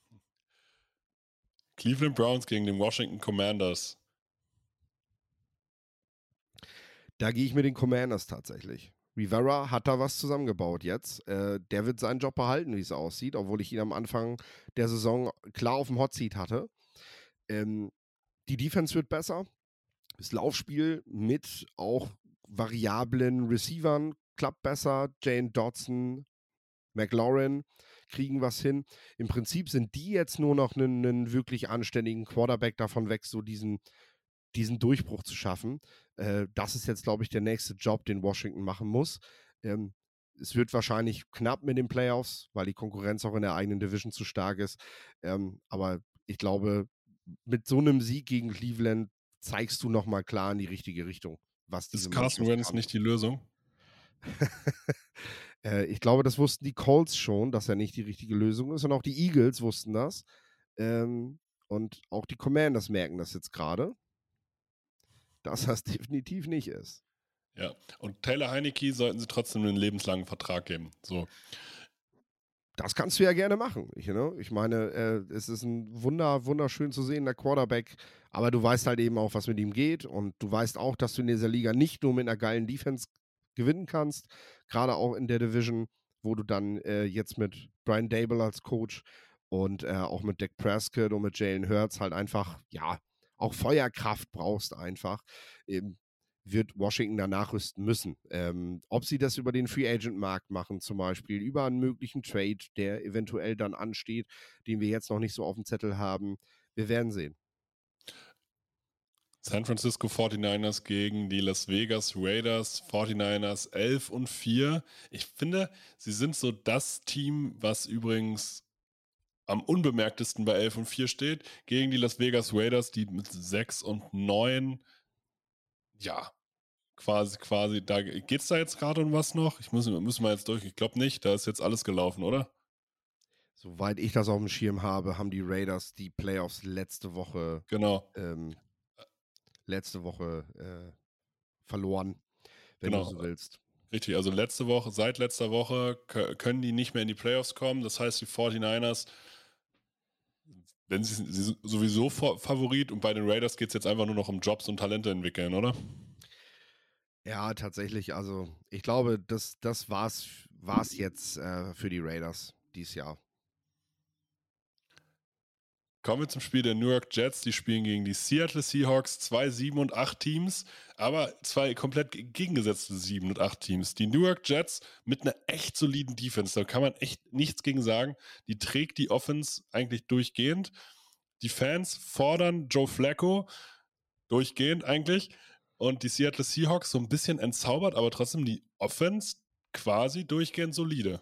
Cleveland Browns gegen den Washington Commanders. Da gehe ich mit den Commanders tatsächlich. Rivera hat da was zusammengebaut jetzt. Äh, der wird seinen Job behalten, wie es aussieht, obwohl ich ihn am Anfang der Saison klar auf dem Hotseat hatte. Ähm, die Defense wird besser. Das Laufspiel mit auch variablen Receivern klappt besser. Jane Dodson, McLaurin kriegen was hin. Im Prinzip sind die jetzt nur noch einen, einen wirklich anständigen Quarterback davon weg, so diesen, diesen Durchbruch zu schaffen. Äh, das ist jetzt, glaube ich, der nächste Job, den Washington machen muss. Ähm, es wird wahrscheinlich knapp mit den Playoffs, weil die Konkurrenz auch in der eigenen Division zu stark ist. Ähm, aber ich glaube, mit so einem Sieg gegen Cleveland zeigst du nochmal klar in die richtige Richtung. Was diese Ist Carson Wentz nicht die Lösung? äh, ich glaube, das wussten die Colts schon, dass er nicht die richtige Lösung ist. Und auch die Eagles wussten das. Ähm, und auch die Commanders merken das jetzt gerade, dass das definitiv nicht ist. Ja, und Taylor Heineke sollten sie trotzdem einen lebenslangen Vertrag geben. So. Das kannst du ja gerne machen. Ich, ne? ich meine, äh, es ist ein wunder, wunderschön zu sehender Quarterback, aber du weißt halt eben auch, was mit ihm geht und du weißt auch, dass du in dieser Liga nicht nur mit einer geilen Defense gewinnen kannst, gerade auch in der Division, wo du dann äh, jetzt mit Brian Daboll als Coach und äh, auch mit Dak Prescott und mit Jalen Hurts halt einfach, ja, auch Feuerkraft brauchst einfach. Eben, wird Washington da nachrüsten müssen. Ähm, ob sie das über den Free-Agent-Markt machen zum Beispiel, über einen möglichen Trade, der eventuell dann ansteht, den wir jetzt noch nicht so auf dem Zettel haben, wir werden sehen. San Francisco forty-niners gegen die Las Vegas Raiders, forty-niners elf und vier. Ich finde, sie sind so das Team, was übrigens am unbemerktesten bei elf und vier steht, gegen die Las Vegas Raiders, die mit sechs und neun, ja, quasi, quasi, da geht's da jetzt gerade um was noch? Ich muss, müssen wir jetzt durch, ich glaube nicht, da ist jetzt alles gelaufen, oder? Soweit ich das auf dem Schirm habe, haben die Raiders die Playoffs letzte Woche Genau. ähm, letzte Woche äh, verloren, wenn genau. du so willst. Richtig, also letzte Woche, seit letzter Woche k- können die nicht mehr in die Playoffs kommen. Das heißt, die forty-niners, wenn sie, sie sowieso Favorit, und bei den Raiders geht es jetzt einfach nur noch um Jobs und Talente entwickeln, oder? Ja, tatsächlich. Also ich glaube, das, das war's, war's jetzt äh, für die Raiders dieses Jahr. Kommen wir zum Spiel der New York Jets. Die spielen gegen die Seattle Seahawks, zwei sieben und acht Teams, aber zwei komplett gegengesetzte sieben und acht Teams. Die New York Jets mit einer echt soliden Defense, da kann man echt nichts gegen sagen. Die trägt die Offense eigentlich durchgehend. Die Fans fordern Joe Flacco durchgehend eigentlich. Und die Seattle Seahawks so ein bisschen entzaubert, aber trotzdem die Offense quasi durchgehend solide.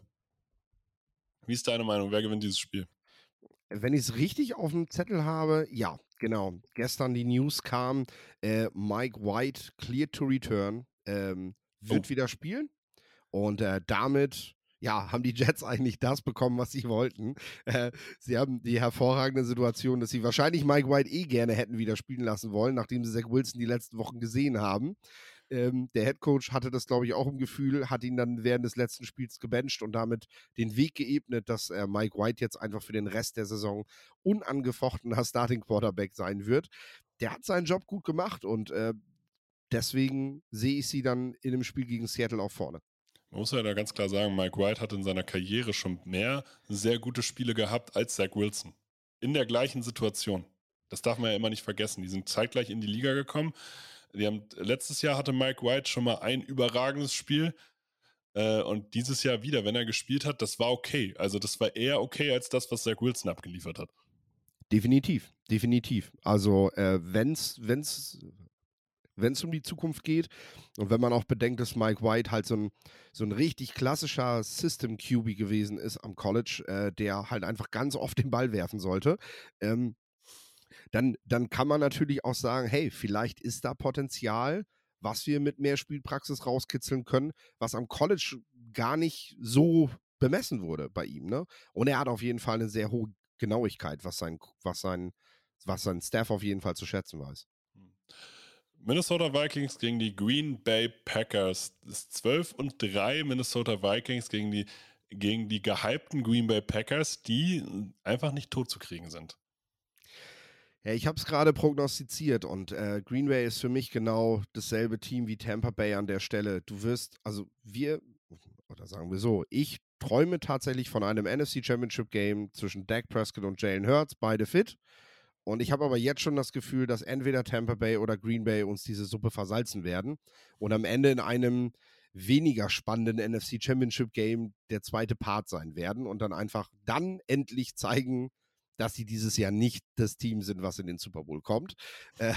Wie ist deine Meinung? Wer gewinnt dieses Spiel? Wenn ich es richtig auf dem Zettel habe, ja, genau. Gestern die News kam, äh, Mike White cleared to return, ähm, wird Oh. wieder spielen. Und äh, damit, ja, haben die Jets eigentlich das bekommen, was sie wollten. Äh, sie haben die hervorragende Situation, dass sie wahrscheinlich Mike White eh gerne hätten wieder spielen lassen wollen, nachdem sie Zach Wilson die letzten Wochen gesehen haben. Ähm, der Headcoach hatte das, glaube ich, auch im Gefühl, hat ihn dann während des letzten Spiels gebencht und damit den Weg geebnet, dass äh, Mike White jetzt einfach für den Rest der Saison unangefochtener Starting Quarterback sein wird. Der hat seinen Job gut gemacht und äh, deswegen sehe ich sie dann in dem Spiel gegen Seattle auch vorne. Man muss ja da ganz klar sagen, Mike White hat in seiner Karriere schon mehr sehr gute Spiele gehabt als Zach Wilson. In der gleichen Situation. Das darf man ja immer nicht vergessen. Die sind zeitgleich in die Liga gekommen. Die haben, letztes Jahr hatte Mike White schon mal ein überragendes Spiel. Äh, und dieses Jahr wieder, wenn er gespielt hat, das war okay. Also das war eher okay als das, was Zach Wilson abgeliefert hat. Definitiv, definitiv. Also äh, wenn's, wenn's wenn es um die Zukunft geht und wenn man auch bedenkt, dass Mike White halt so ein, so ein richtig klassischer System-Q B gewesen ist am College, äh, der halt einfach ganz oft den Ball werfen sollte, ähm, dann, dann kann man natürlich auch sagen, hey, vielleicht ist da Potenzial, was wir mit mehr Spielpraxis rauskitzeln können, was am College gar nicht so bemessen wurde bei ihm. Ne? Und er hat auf jeden Fall eine sehr hohe Genauigkeit, was sein, was sein, was sein Staff auf jeden Fall zu schätzen weiß. Minnesota Vikings gegen die Green Bay Packers. Das ist zwölf und drei Minnesota Vikings gegen die, gegen die gehypten Green Bay Packers, die einfach nicht tot zu kriegen sind. Ja, ich habe es gerade prognostiziert und äh, Green Bay ist für mich genau dasselbe Team wie Tampa Bay an der Stelle. Du wirst, also wir, oder sagen wir so, ich träume tatsächlich von einem N F C Championship Game zwischen Dak Prescott und Jalen Hurts, beide fit. Und ich habe aber jetzt schon das Gefühl, dass entweder Tampa Bay oder Green Bay uns diese Suppe versalzen werden und am Ende in einem weniger spannenden N F C Championship Game der zweite Part sein werden und dann einfach dann endlich zeigen, dass sie dieses Jahr nicht das Team sind, was in den Super Bowl kommt. Äh,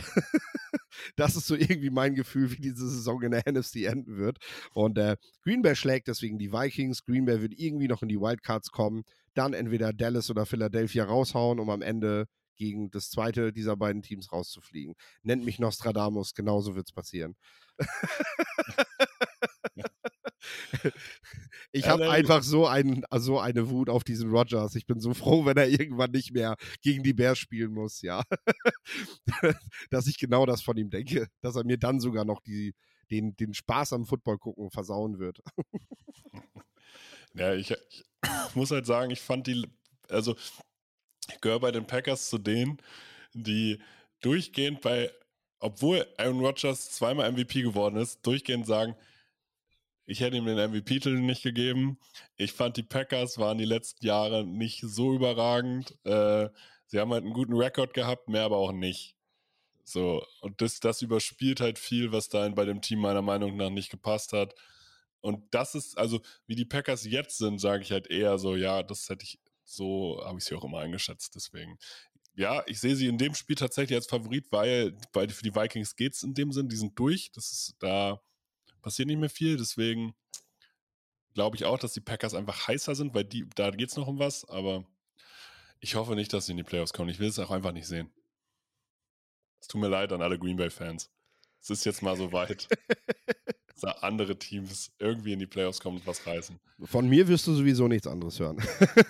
das ist so irgendwie mein Gefühl, wie diese Saison in der N F C enden wird. Und äh, Green Bay schlägt deswegen die Vikings. Green Bay wird irgendwie noch in die Wildcards kommen, dann entweder Dallas oder Philadelphia raushauen, um am Ende gegen das zweite dieser beiden Teams rauszufliegen. Nennt mich Nostradamus, genauso wird es passieren. Ich habe einfach so, ein, so eine Wut auf diesen Rodgers. Ich bin so froh, wenn er irgendwann nicht mehr gegen die Bears spielen muss, ja. Dass ich genau das von ihm denke, dass er mir dann sogar noch die, den, den Spaß am Football gucken versauen wird. Ja, ich, ich muss halt sagen, ich fand die, also ich gehöre bei den Packers zu denen, die durchgehend bei, obwohl Aaron Rodgers zweimal M V P geworden ist, durchgehend sagen, ich hätte ihm den M V P-Titel nicht gegeben. Ich fand, die Packers waren die letzten Jahre nicht so überragend. Äh, sie haben halt einen guten Rekord gehabt, mehr aber auch nicht. So, und das, das überspielt halt viel, was da bei dem Team meiner Meinung nach nicht gepasst hat. Und das ist, also wie die Packers jetzt sind, sage ich halt eher so, ja, das hätte ich, so habe ich sie auch immer eingeschätzt. Deswegen, ja, ich sehe sie in dem Spiel tatsächlich als Favorit, weil, weil für die Vikings geht es in dem Sinn, die sind durch. Das ist, da passiert nicht mehr viel. Deswegen glaube ich auch, dass die Packers einfach heißer sind, weil die, da geht es noch um was. Aber ich hoffe nicht, dass sie in die Playoffs kommen. Ich will es auch einfach nicht sehen. Es tut mir leid an alle Green Bay-Fans. Es ist jetzt mal so weit, dass andere Teams irgendwie in die Playoffs kommen und was reißen. Von mir wirst du sowieso nichts anderes hören.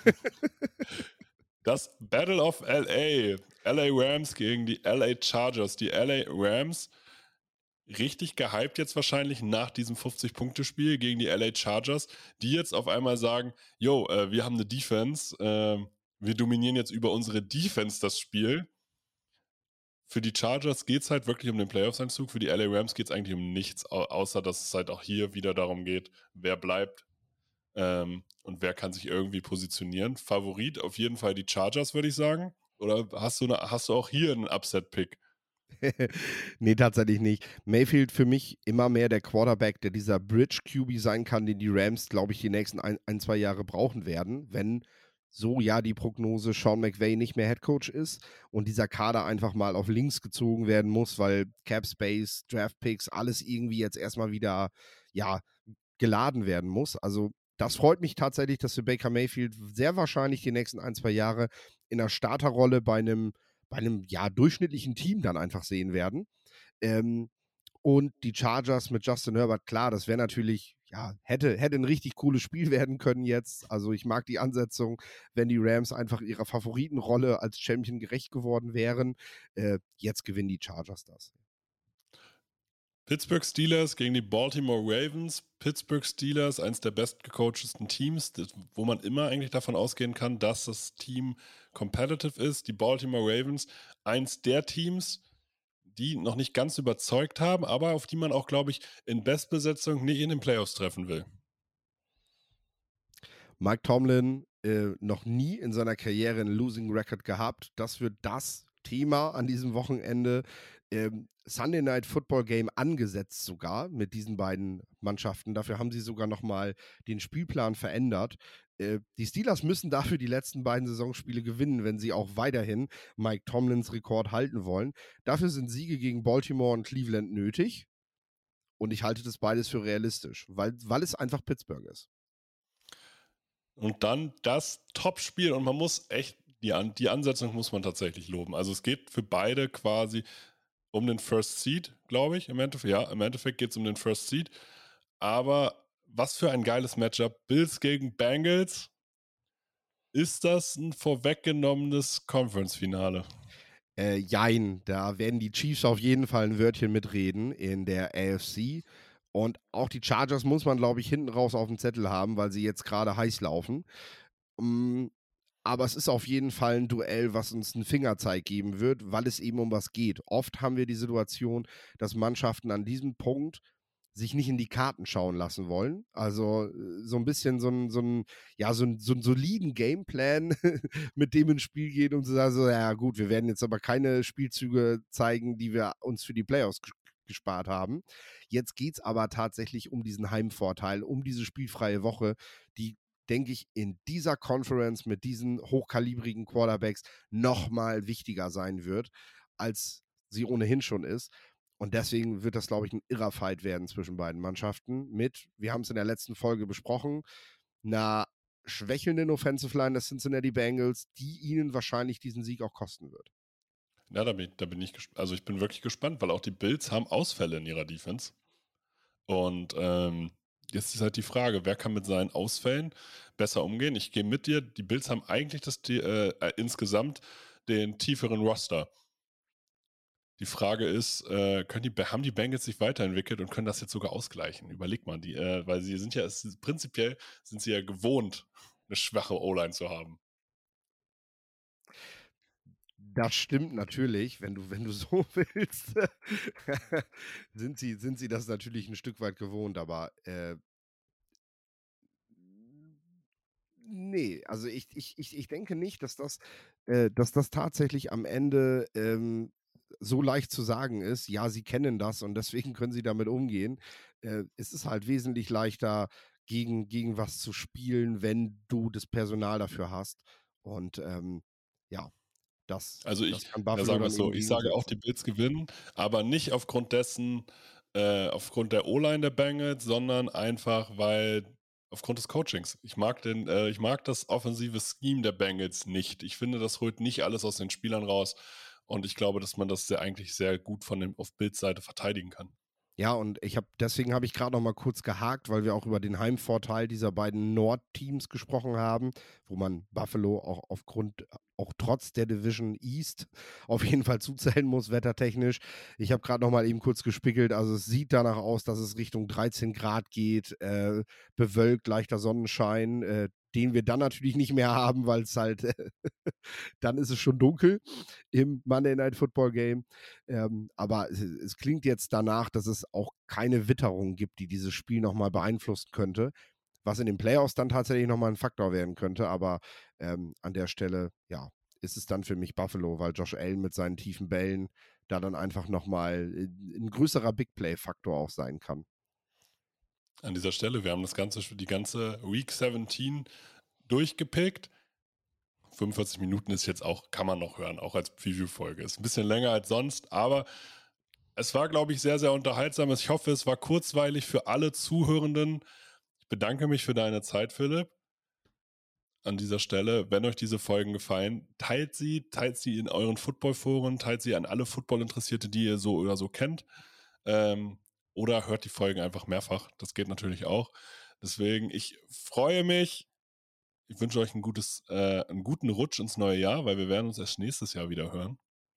Das Battle of L A. L A Rams gegen die L A Chargers. Die L A Rams richtig gehypt jetzt wahrscheinlich nach diesem fünfzig-Punkte-Spiel gegen die L A Chargers, die jetzt auf einmal sagen, yo, äh, wir haben eine Defense, äh, wir dominieren jetzt über unsere Defense das Spiel. Für die Chargers geht es halt wirklich um den Playoffs-Einzug, für die L A Rams geht es eigentlich um nichts, au- außer dass es halt auch hier wieder darum geht, wer bleibt ähm, und wer kann sich irgendwie positionieren. Favorit auf jeden Fall die Chargers, würde ich sagen. Oder hast du, eine, hast du auch hier einen Upset-Pick? Nee, tatsächlich nicht. Mayfield für mich immer mehr der Quarterback, der dieser Bridge-Q B sein kann, den die Rams, glaube ich, die nächsten ein, ein, zwei Jahre brauchen werden, wenn so ja die Prognose Sean McVay nicht mehr Headcoach ist und dieser Kader einfach mal auf links gezogen werden muss, weil Cap Space, Draft Picks, alles irgendwie jetzt erstmal wieder ja geladen werden muss. Also das freut mich tatsächlich, dass wir Baker Mayfield sehr wahrscheinlich die nächsten ein, zwei Jahre in einer Starterrolle bei einem bei einem ja durchschnittlichen Team dann einfach sehen werden. Ähm, und die Chargers mit Justin Herbert, klar, das wäre natürlich, ja, hätte, hätte ein richtig cooles Spiel werden können jetzt. Also ich mag die Ansetzung, wenn die Rams einfach ihrer Favoritenrolle als Champion gerecht geworden wären. Äh, jetzt gewinnen die Chargers das. Pittsburgh Steelers gegen die Baltimore Ravens. Pittsburgh Steelers, eines der bestgecoachesten Teams, das, wo man immer eigentlich davon ausgehen kann, dass das Team competitive ist. Die Baltimore Ravens, eins der Teams, die noch nicht ganz überzeugt haben, aber auf die man auch, glaube ich, in Bestbesetzung nicht in den Playoffs treffen will. Mike Tomlin äh, noch nie in seiner Karriere einen Losing Record gehabt. Das wird das Thema an diesem Wochenende. Ähm, Sunday Night Football Game angesetzt sogar mit diesen beiden Mannschaften. Dafür haben sie sogar nochmal den Spielplan verändert. Äh, die Steelers müssen dafür die letzten beiden Saisonspiele gewinnen, wenn sie auch weiterhin Mike Tomlins Rekord halten wollen. Dafür sind Siege gegen Baltimore und Cleveland nötig. Und ich halte das beides für realistisch, weil, weil es einfach Pittsburgh ist. Und dann das Topspiel und man muss echt, die, An- die Ansetzung muss man tatsächlich loben. Also es geht für beide quasi um den First Seed, glaube ich, im Endeffekt. Ja, im Endeffekt geht es um den First Seed. Aber was für ein geiles Matchup. Bills gegen Bengals. Ist das ein vorweggenommenes Conference-Finale? Äh, jein, da werden die Chiefs auf jeden Fall ein Wörtchen mitreden in der A F C. Und auch die Chargers muss man, glaube ich, hinten raus auf dem Zettel haben, weil sie jetzt gerade heiß laufen. Um, aber es ist auf jeden Fall ein Duell, was uns einen Fingerzeig geben wird, weil es eben um was geht. Oft haben wir die Situation, dass Mannschaften an diesem Punkt sich nicht in die Karten schauen lassen wollen. Also äh, so ein bisschen so ein, so ein, ja, so ein, so einen soliden Gameplan, mit dem ins Spiel geht, um zu sagen, so, ja gut, wir werden jetzt aber keine Spielzüge zeigen, die wir uns für die Playoffs ges- gespart haben. Jetzt geht es aber tatsächlich um diesen Heimvorteil, um diese spielfreie Woche, die, denke ich, in dieser Conference mit diesen hochkalibrigen Quarterbacks nochmal wichtiger sein wird, als sie ohnehin schon ist. Und deswegen wird das, glaube ich, ein irrer Fight werden zwischen beiden Mannschaften mit, wir haben es in der letzten Folge besprochen, einer schwächelnden Offensive Line der Cincinnati Bengals, die ihnen wahrscheinlich diesen Sieg auch kosten wird. Ja, da bin, da bin ich gespannt. Also ich bin wirklich gespannt, weil auch die Bills haben Ausfälle in ihrer Defense. Und ähm, jetzt ist halt die Frage, wer kann mit seinen Ausfällen besser umgehen? Ich gehe mit dir, die Bills haben eigentlich das, äh, äh, insgesamt den tieferen Roster. Die Frage ist, äh, können die, haben die Bengals sich weiterentwickelt und können das jetzt sogar ausgleichen? Überleg mal, die, äh, weil sie sind ja, es ist, prinzipiell sind sie ja gewohnt, eine schwache O-Line zu haben. Das stimmt natürlich, wenn du, wenn du so willst, sind sie, sind sie das natürlich ein Stück weit gewohnt, aber äh, nee, also ich, ich, ich, ich denke nicht, dass das, äh, dass das tatsächlich am Ende ähm, so leicht zu sagen ist. Ja, sie kennen das und deswegen können sie damit umgehen. Äh, es ist halt wesentlich leichter, gegen, gegen was zu spielen, wenn du das Personal dafür hast. Und ähm, ja, das, Also ich, das kann ja, Buffalo sagen wir dann es so, eben ich sage auch, gegensetzen. die Bills gewinnen, aber nicht aufgrund dessen, äh, aufgrund der O-Line der Bengals, sondern einfach, weil aufgrund des Coachings. Ich mag den, äh, ich mag das offensive Scheme der Bengals nicht. Ich finde, das holt nicht alles aus den Spielern raus und ich glaube, dass man das sehr, eigentlich sehr gut von dem auf Bills Seite verteidigen kann. Ja, und ich habe deswegen habe ich gerade noch mal kurz gehakt, weil wir auch über den Heimvorteil dieser beiden Nord-Teams gesprochen haben, wo man Buffalo auch aufgrund, auch trotz der Division East auf jeden Fall zuzählen muss, wettertechnisch. Ich habe gerade noch mal eben kurz gespickelt, also es sieht danach aus, dass es Richtung dreizehn Grad geht, äh, bewölkt, leichter Sonnenschein, äh, den wir dann natürlich nicht mehr haben, weil es halt, dann ist es schon dunkel im Monday Night Football Game. Ähm, aber es, es klingt jetzt danach, dass es auch keine Witterung gibt, die dieses Spiel nochmal beeinflussen könnte, was in den Playoffs dann tatsächlich nochmal ein Faktor werden könnte. Aber ähm, an der Stelle, ja, ist es dann für mich Buffalo, weil Josh Allen mit seinen tiefen Bällen da dann einfach nochmal ein größerer Big Play-Faktor auch sein kann. An dieser Stelle, wir haben das ganze, die ganze Week siebzehn durchgepickt. fünfundvierzig Minuten ist jetzt auch, kann man noch hören, auch als Preview-Folge. Ist ein bisschen länger als sonst, aber es war, glaube ich, sehr, sehr unterhaltsam. Ich hoffe, es war kurzweilig für alle Zuhörenden. Ich bedanke mich für deine Zeit, Philipp. An dieser Stelle, wenn euch diese Folgen gefallen, teilt sie, teilt sie in euren Football-Foren, teilt sie an alle Football-Interessierte, die ihr so oder so kennt. Ähm, oder hört die Folgen einfach mehrfach. Das geht natürlich auch. Deswegen, ich freue mich. Ich wünsche euch ein gutes, äh, einen guten Rutsch ins neue Jahr, weil wir werden uns erst nächstes Jahr wieder hören.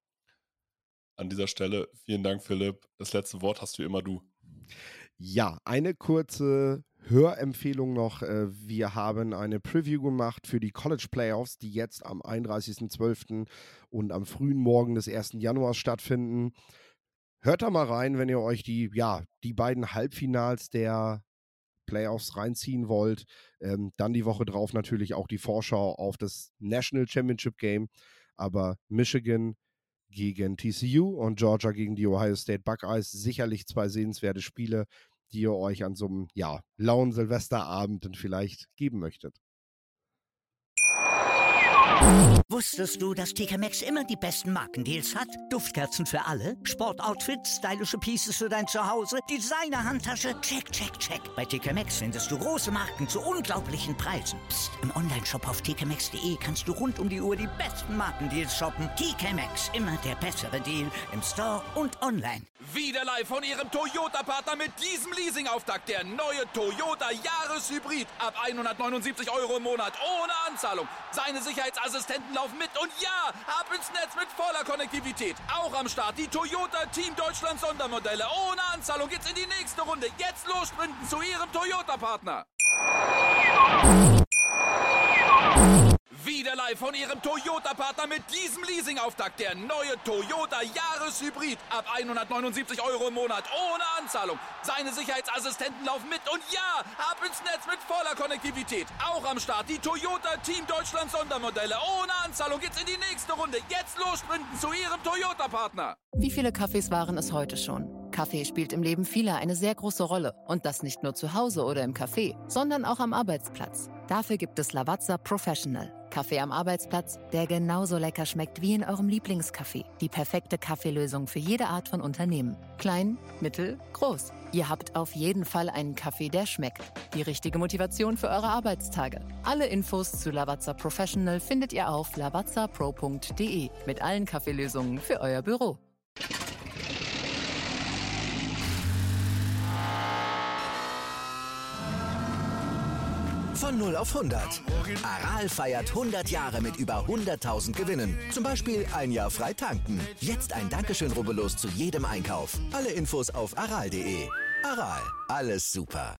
An dieser Stelle, vielen Dank, Philipp. Das letzte Wort hast du immer du. Ja, eine kurze Hörempfehlung noch. Wir haben eine Preview gemacht für die College Playoffs, die jetzt am einunddreißigsten zwölften und am frühen Morgen des ersten Januars stattfinden. Hört da mal rein, wenn ihr euch die, ja, die beiden Halbfinals der Playoffs reinziehen wollt. Ähm, dann die Woche drauf natürlich auch die Vorschau auf das National Championship Game. Aber Michigan gegen T C U und Georgia gegen die Ohio State Buckeyes, sicherlich zwei sehenswerte Spiele, die ihr euch an so einem, ja, lauen Silvesterabend dann vielleicht geben möchtet. Wusstest du, dass T K Maxx immer die besten Markendeals hat? Duftkerzen für alle, Sportoutfits, stylische Pieces für dein Zuhause, Designer-Handtasche, check, check, check. Bei T K Maxx findest du große Marken zu unglaublichen Preisen. Psst. Im Onlineshop auf t k maxx punkt d e kannst du rund um die Uhr die besten Markendeals shoppen. T K Maxx, immer der bessere Deal im Store und online. Wieder live von ihrem Toyota-Partner mit diesem Leasing-Auftakt. Der neue Toyota Jahreshybrid. Ab hundertneunundsiebzig Euro im Monat ohne Anzahlung. Seine Sicherheitsassistenten laufen mit und ja, ab ins Netz mit voller Konnektivität. Auch am Start die Toyota Team Deutschland Sondermodelle. Ohne Anzahlung geht's in die nächste Runde. Jetzt los sprinten zu ihrem Toyota-Partner. Wieder live von ihrem Toyota-Partner mit diesem Leasing-Auftakt. Der neue Toyota Jahreshybrid. Ab hundertneunundsiebzig Euro im Monat ohne Anzahlung. Seine Sicherheitsassistenten laufen mit und ja, ab ins Netz mit voller Konnektivität. Auch am Start die Toyota Team Deutschland Sondermodelle. Ohne Anzahlung geht's in die nächste Runde. Jetzt los sprinten zu ihrem Toyota-Partner. Wie viele Kaffees waren es heute schon? Kaffee spielt im Leben vieler eine sehr große Rolle. Und das nicht nur zu Hause oder im Café, sondern auch am Arbeitsplatz. Dafür gibt es Lavazza Professional. Kaffee am Arbeitsplatz, der genauso lecker schmeckt wie in eurem Lieblingscafé. Die perfekte Kaffeelösung für jede Art von Unternehmen. Klein, mittel, groß. Ihr habt auf jeden Fall einen Kaffee, der schmeckt. Die richtige Motivation für eure Arbeitstage. Alle Infos zu Lavazza Professional findet ihr auf lavazza pro punkt d e mit allen Kaffeelösungen für euer Büro. Von null auf hundert. Aral feiert hundert Jahre mit über hunderttausend Gewinnen. Zum Beispiel ein Jahr frei tanken. Jetzt ein Dankeschön, rubbellos zu jedem Einkauf. Alle Infos auf aral punkt de. Aral, alles super.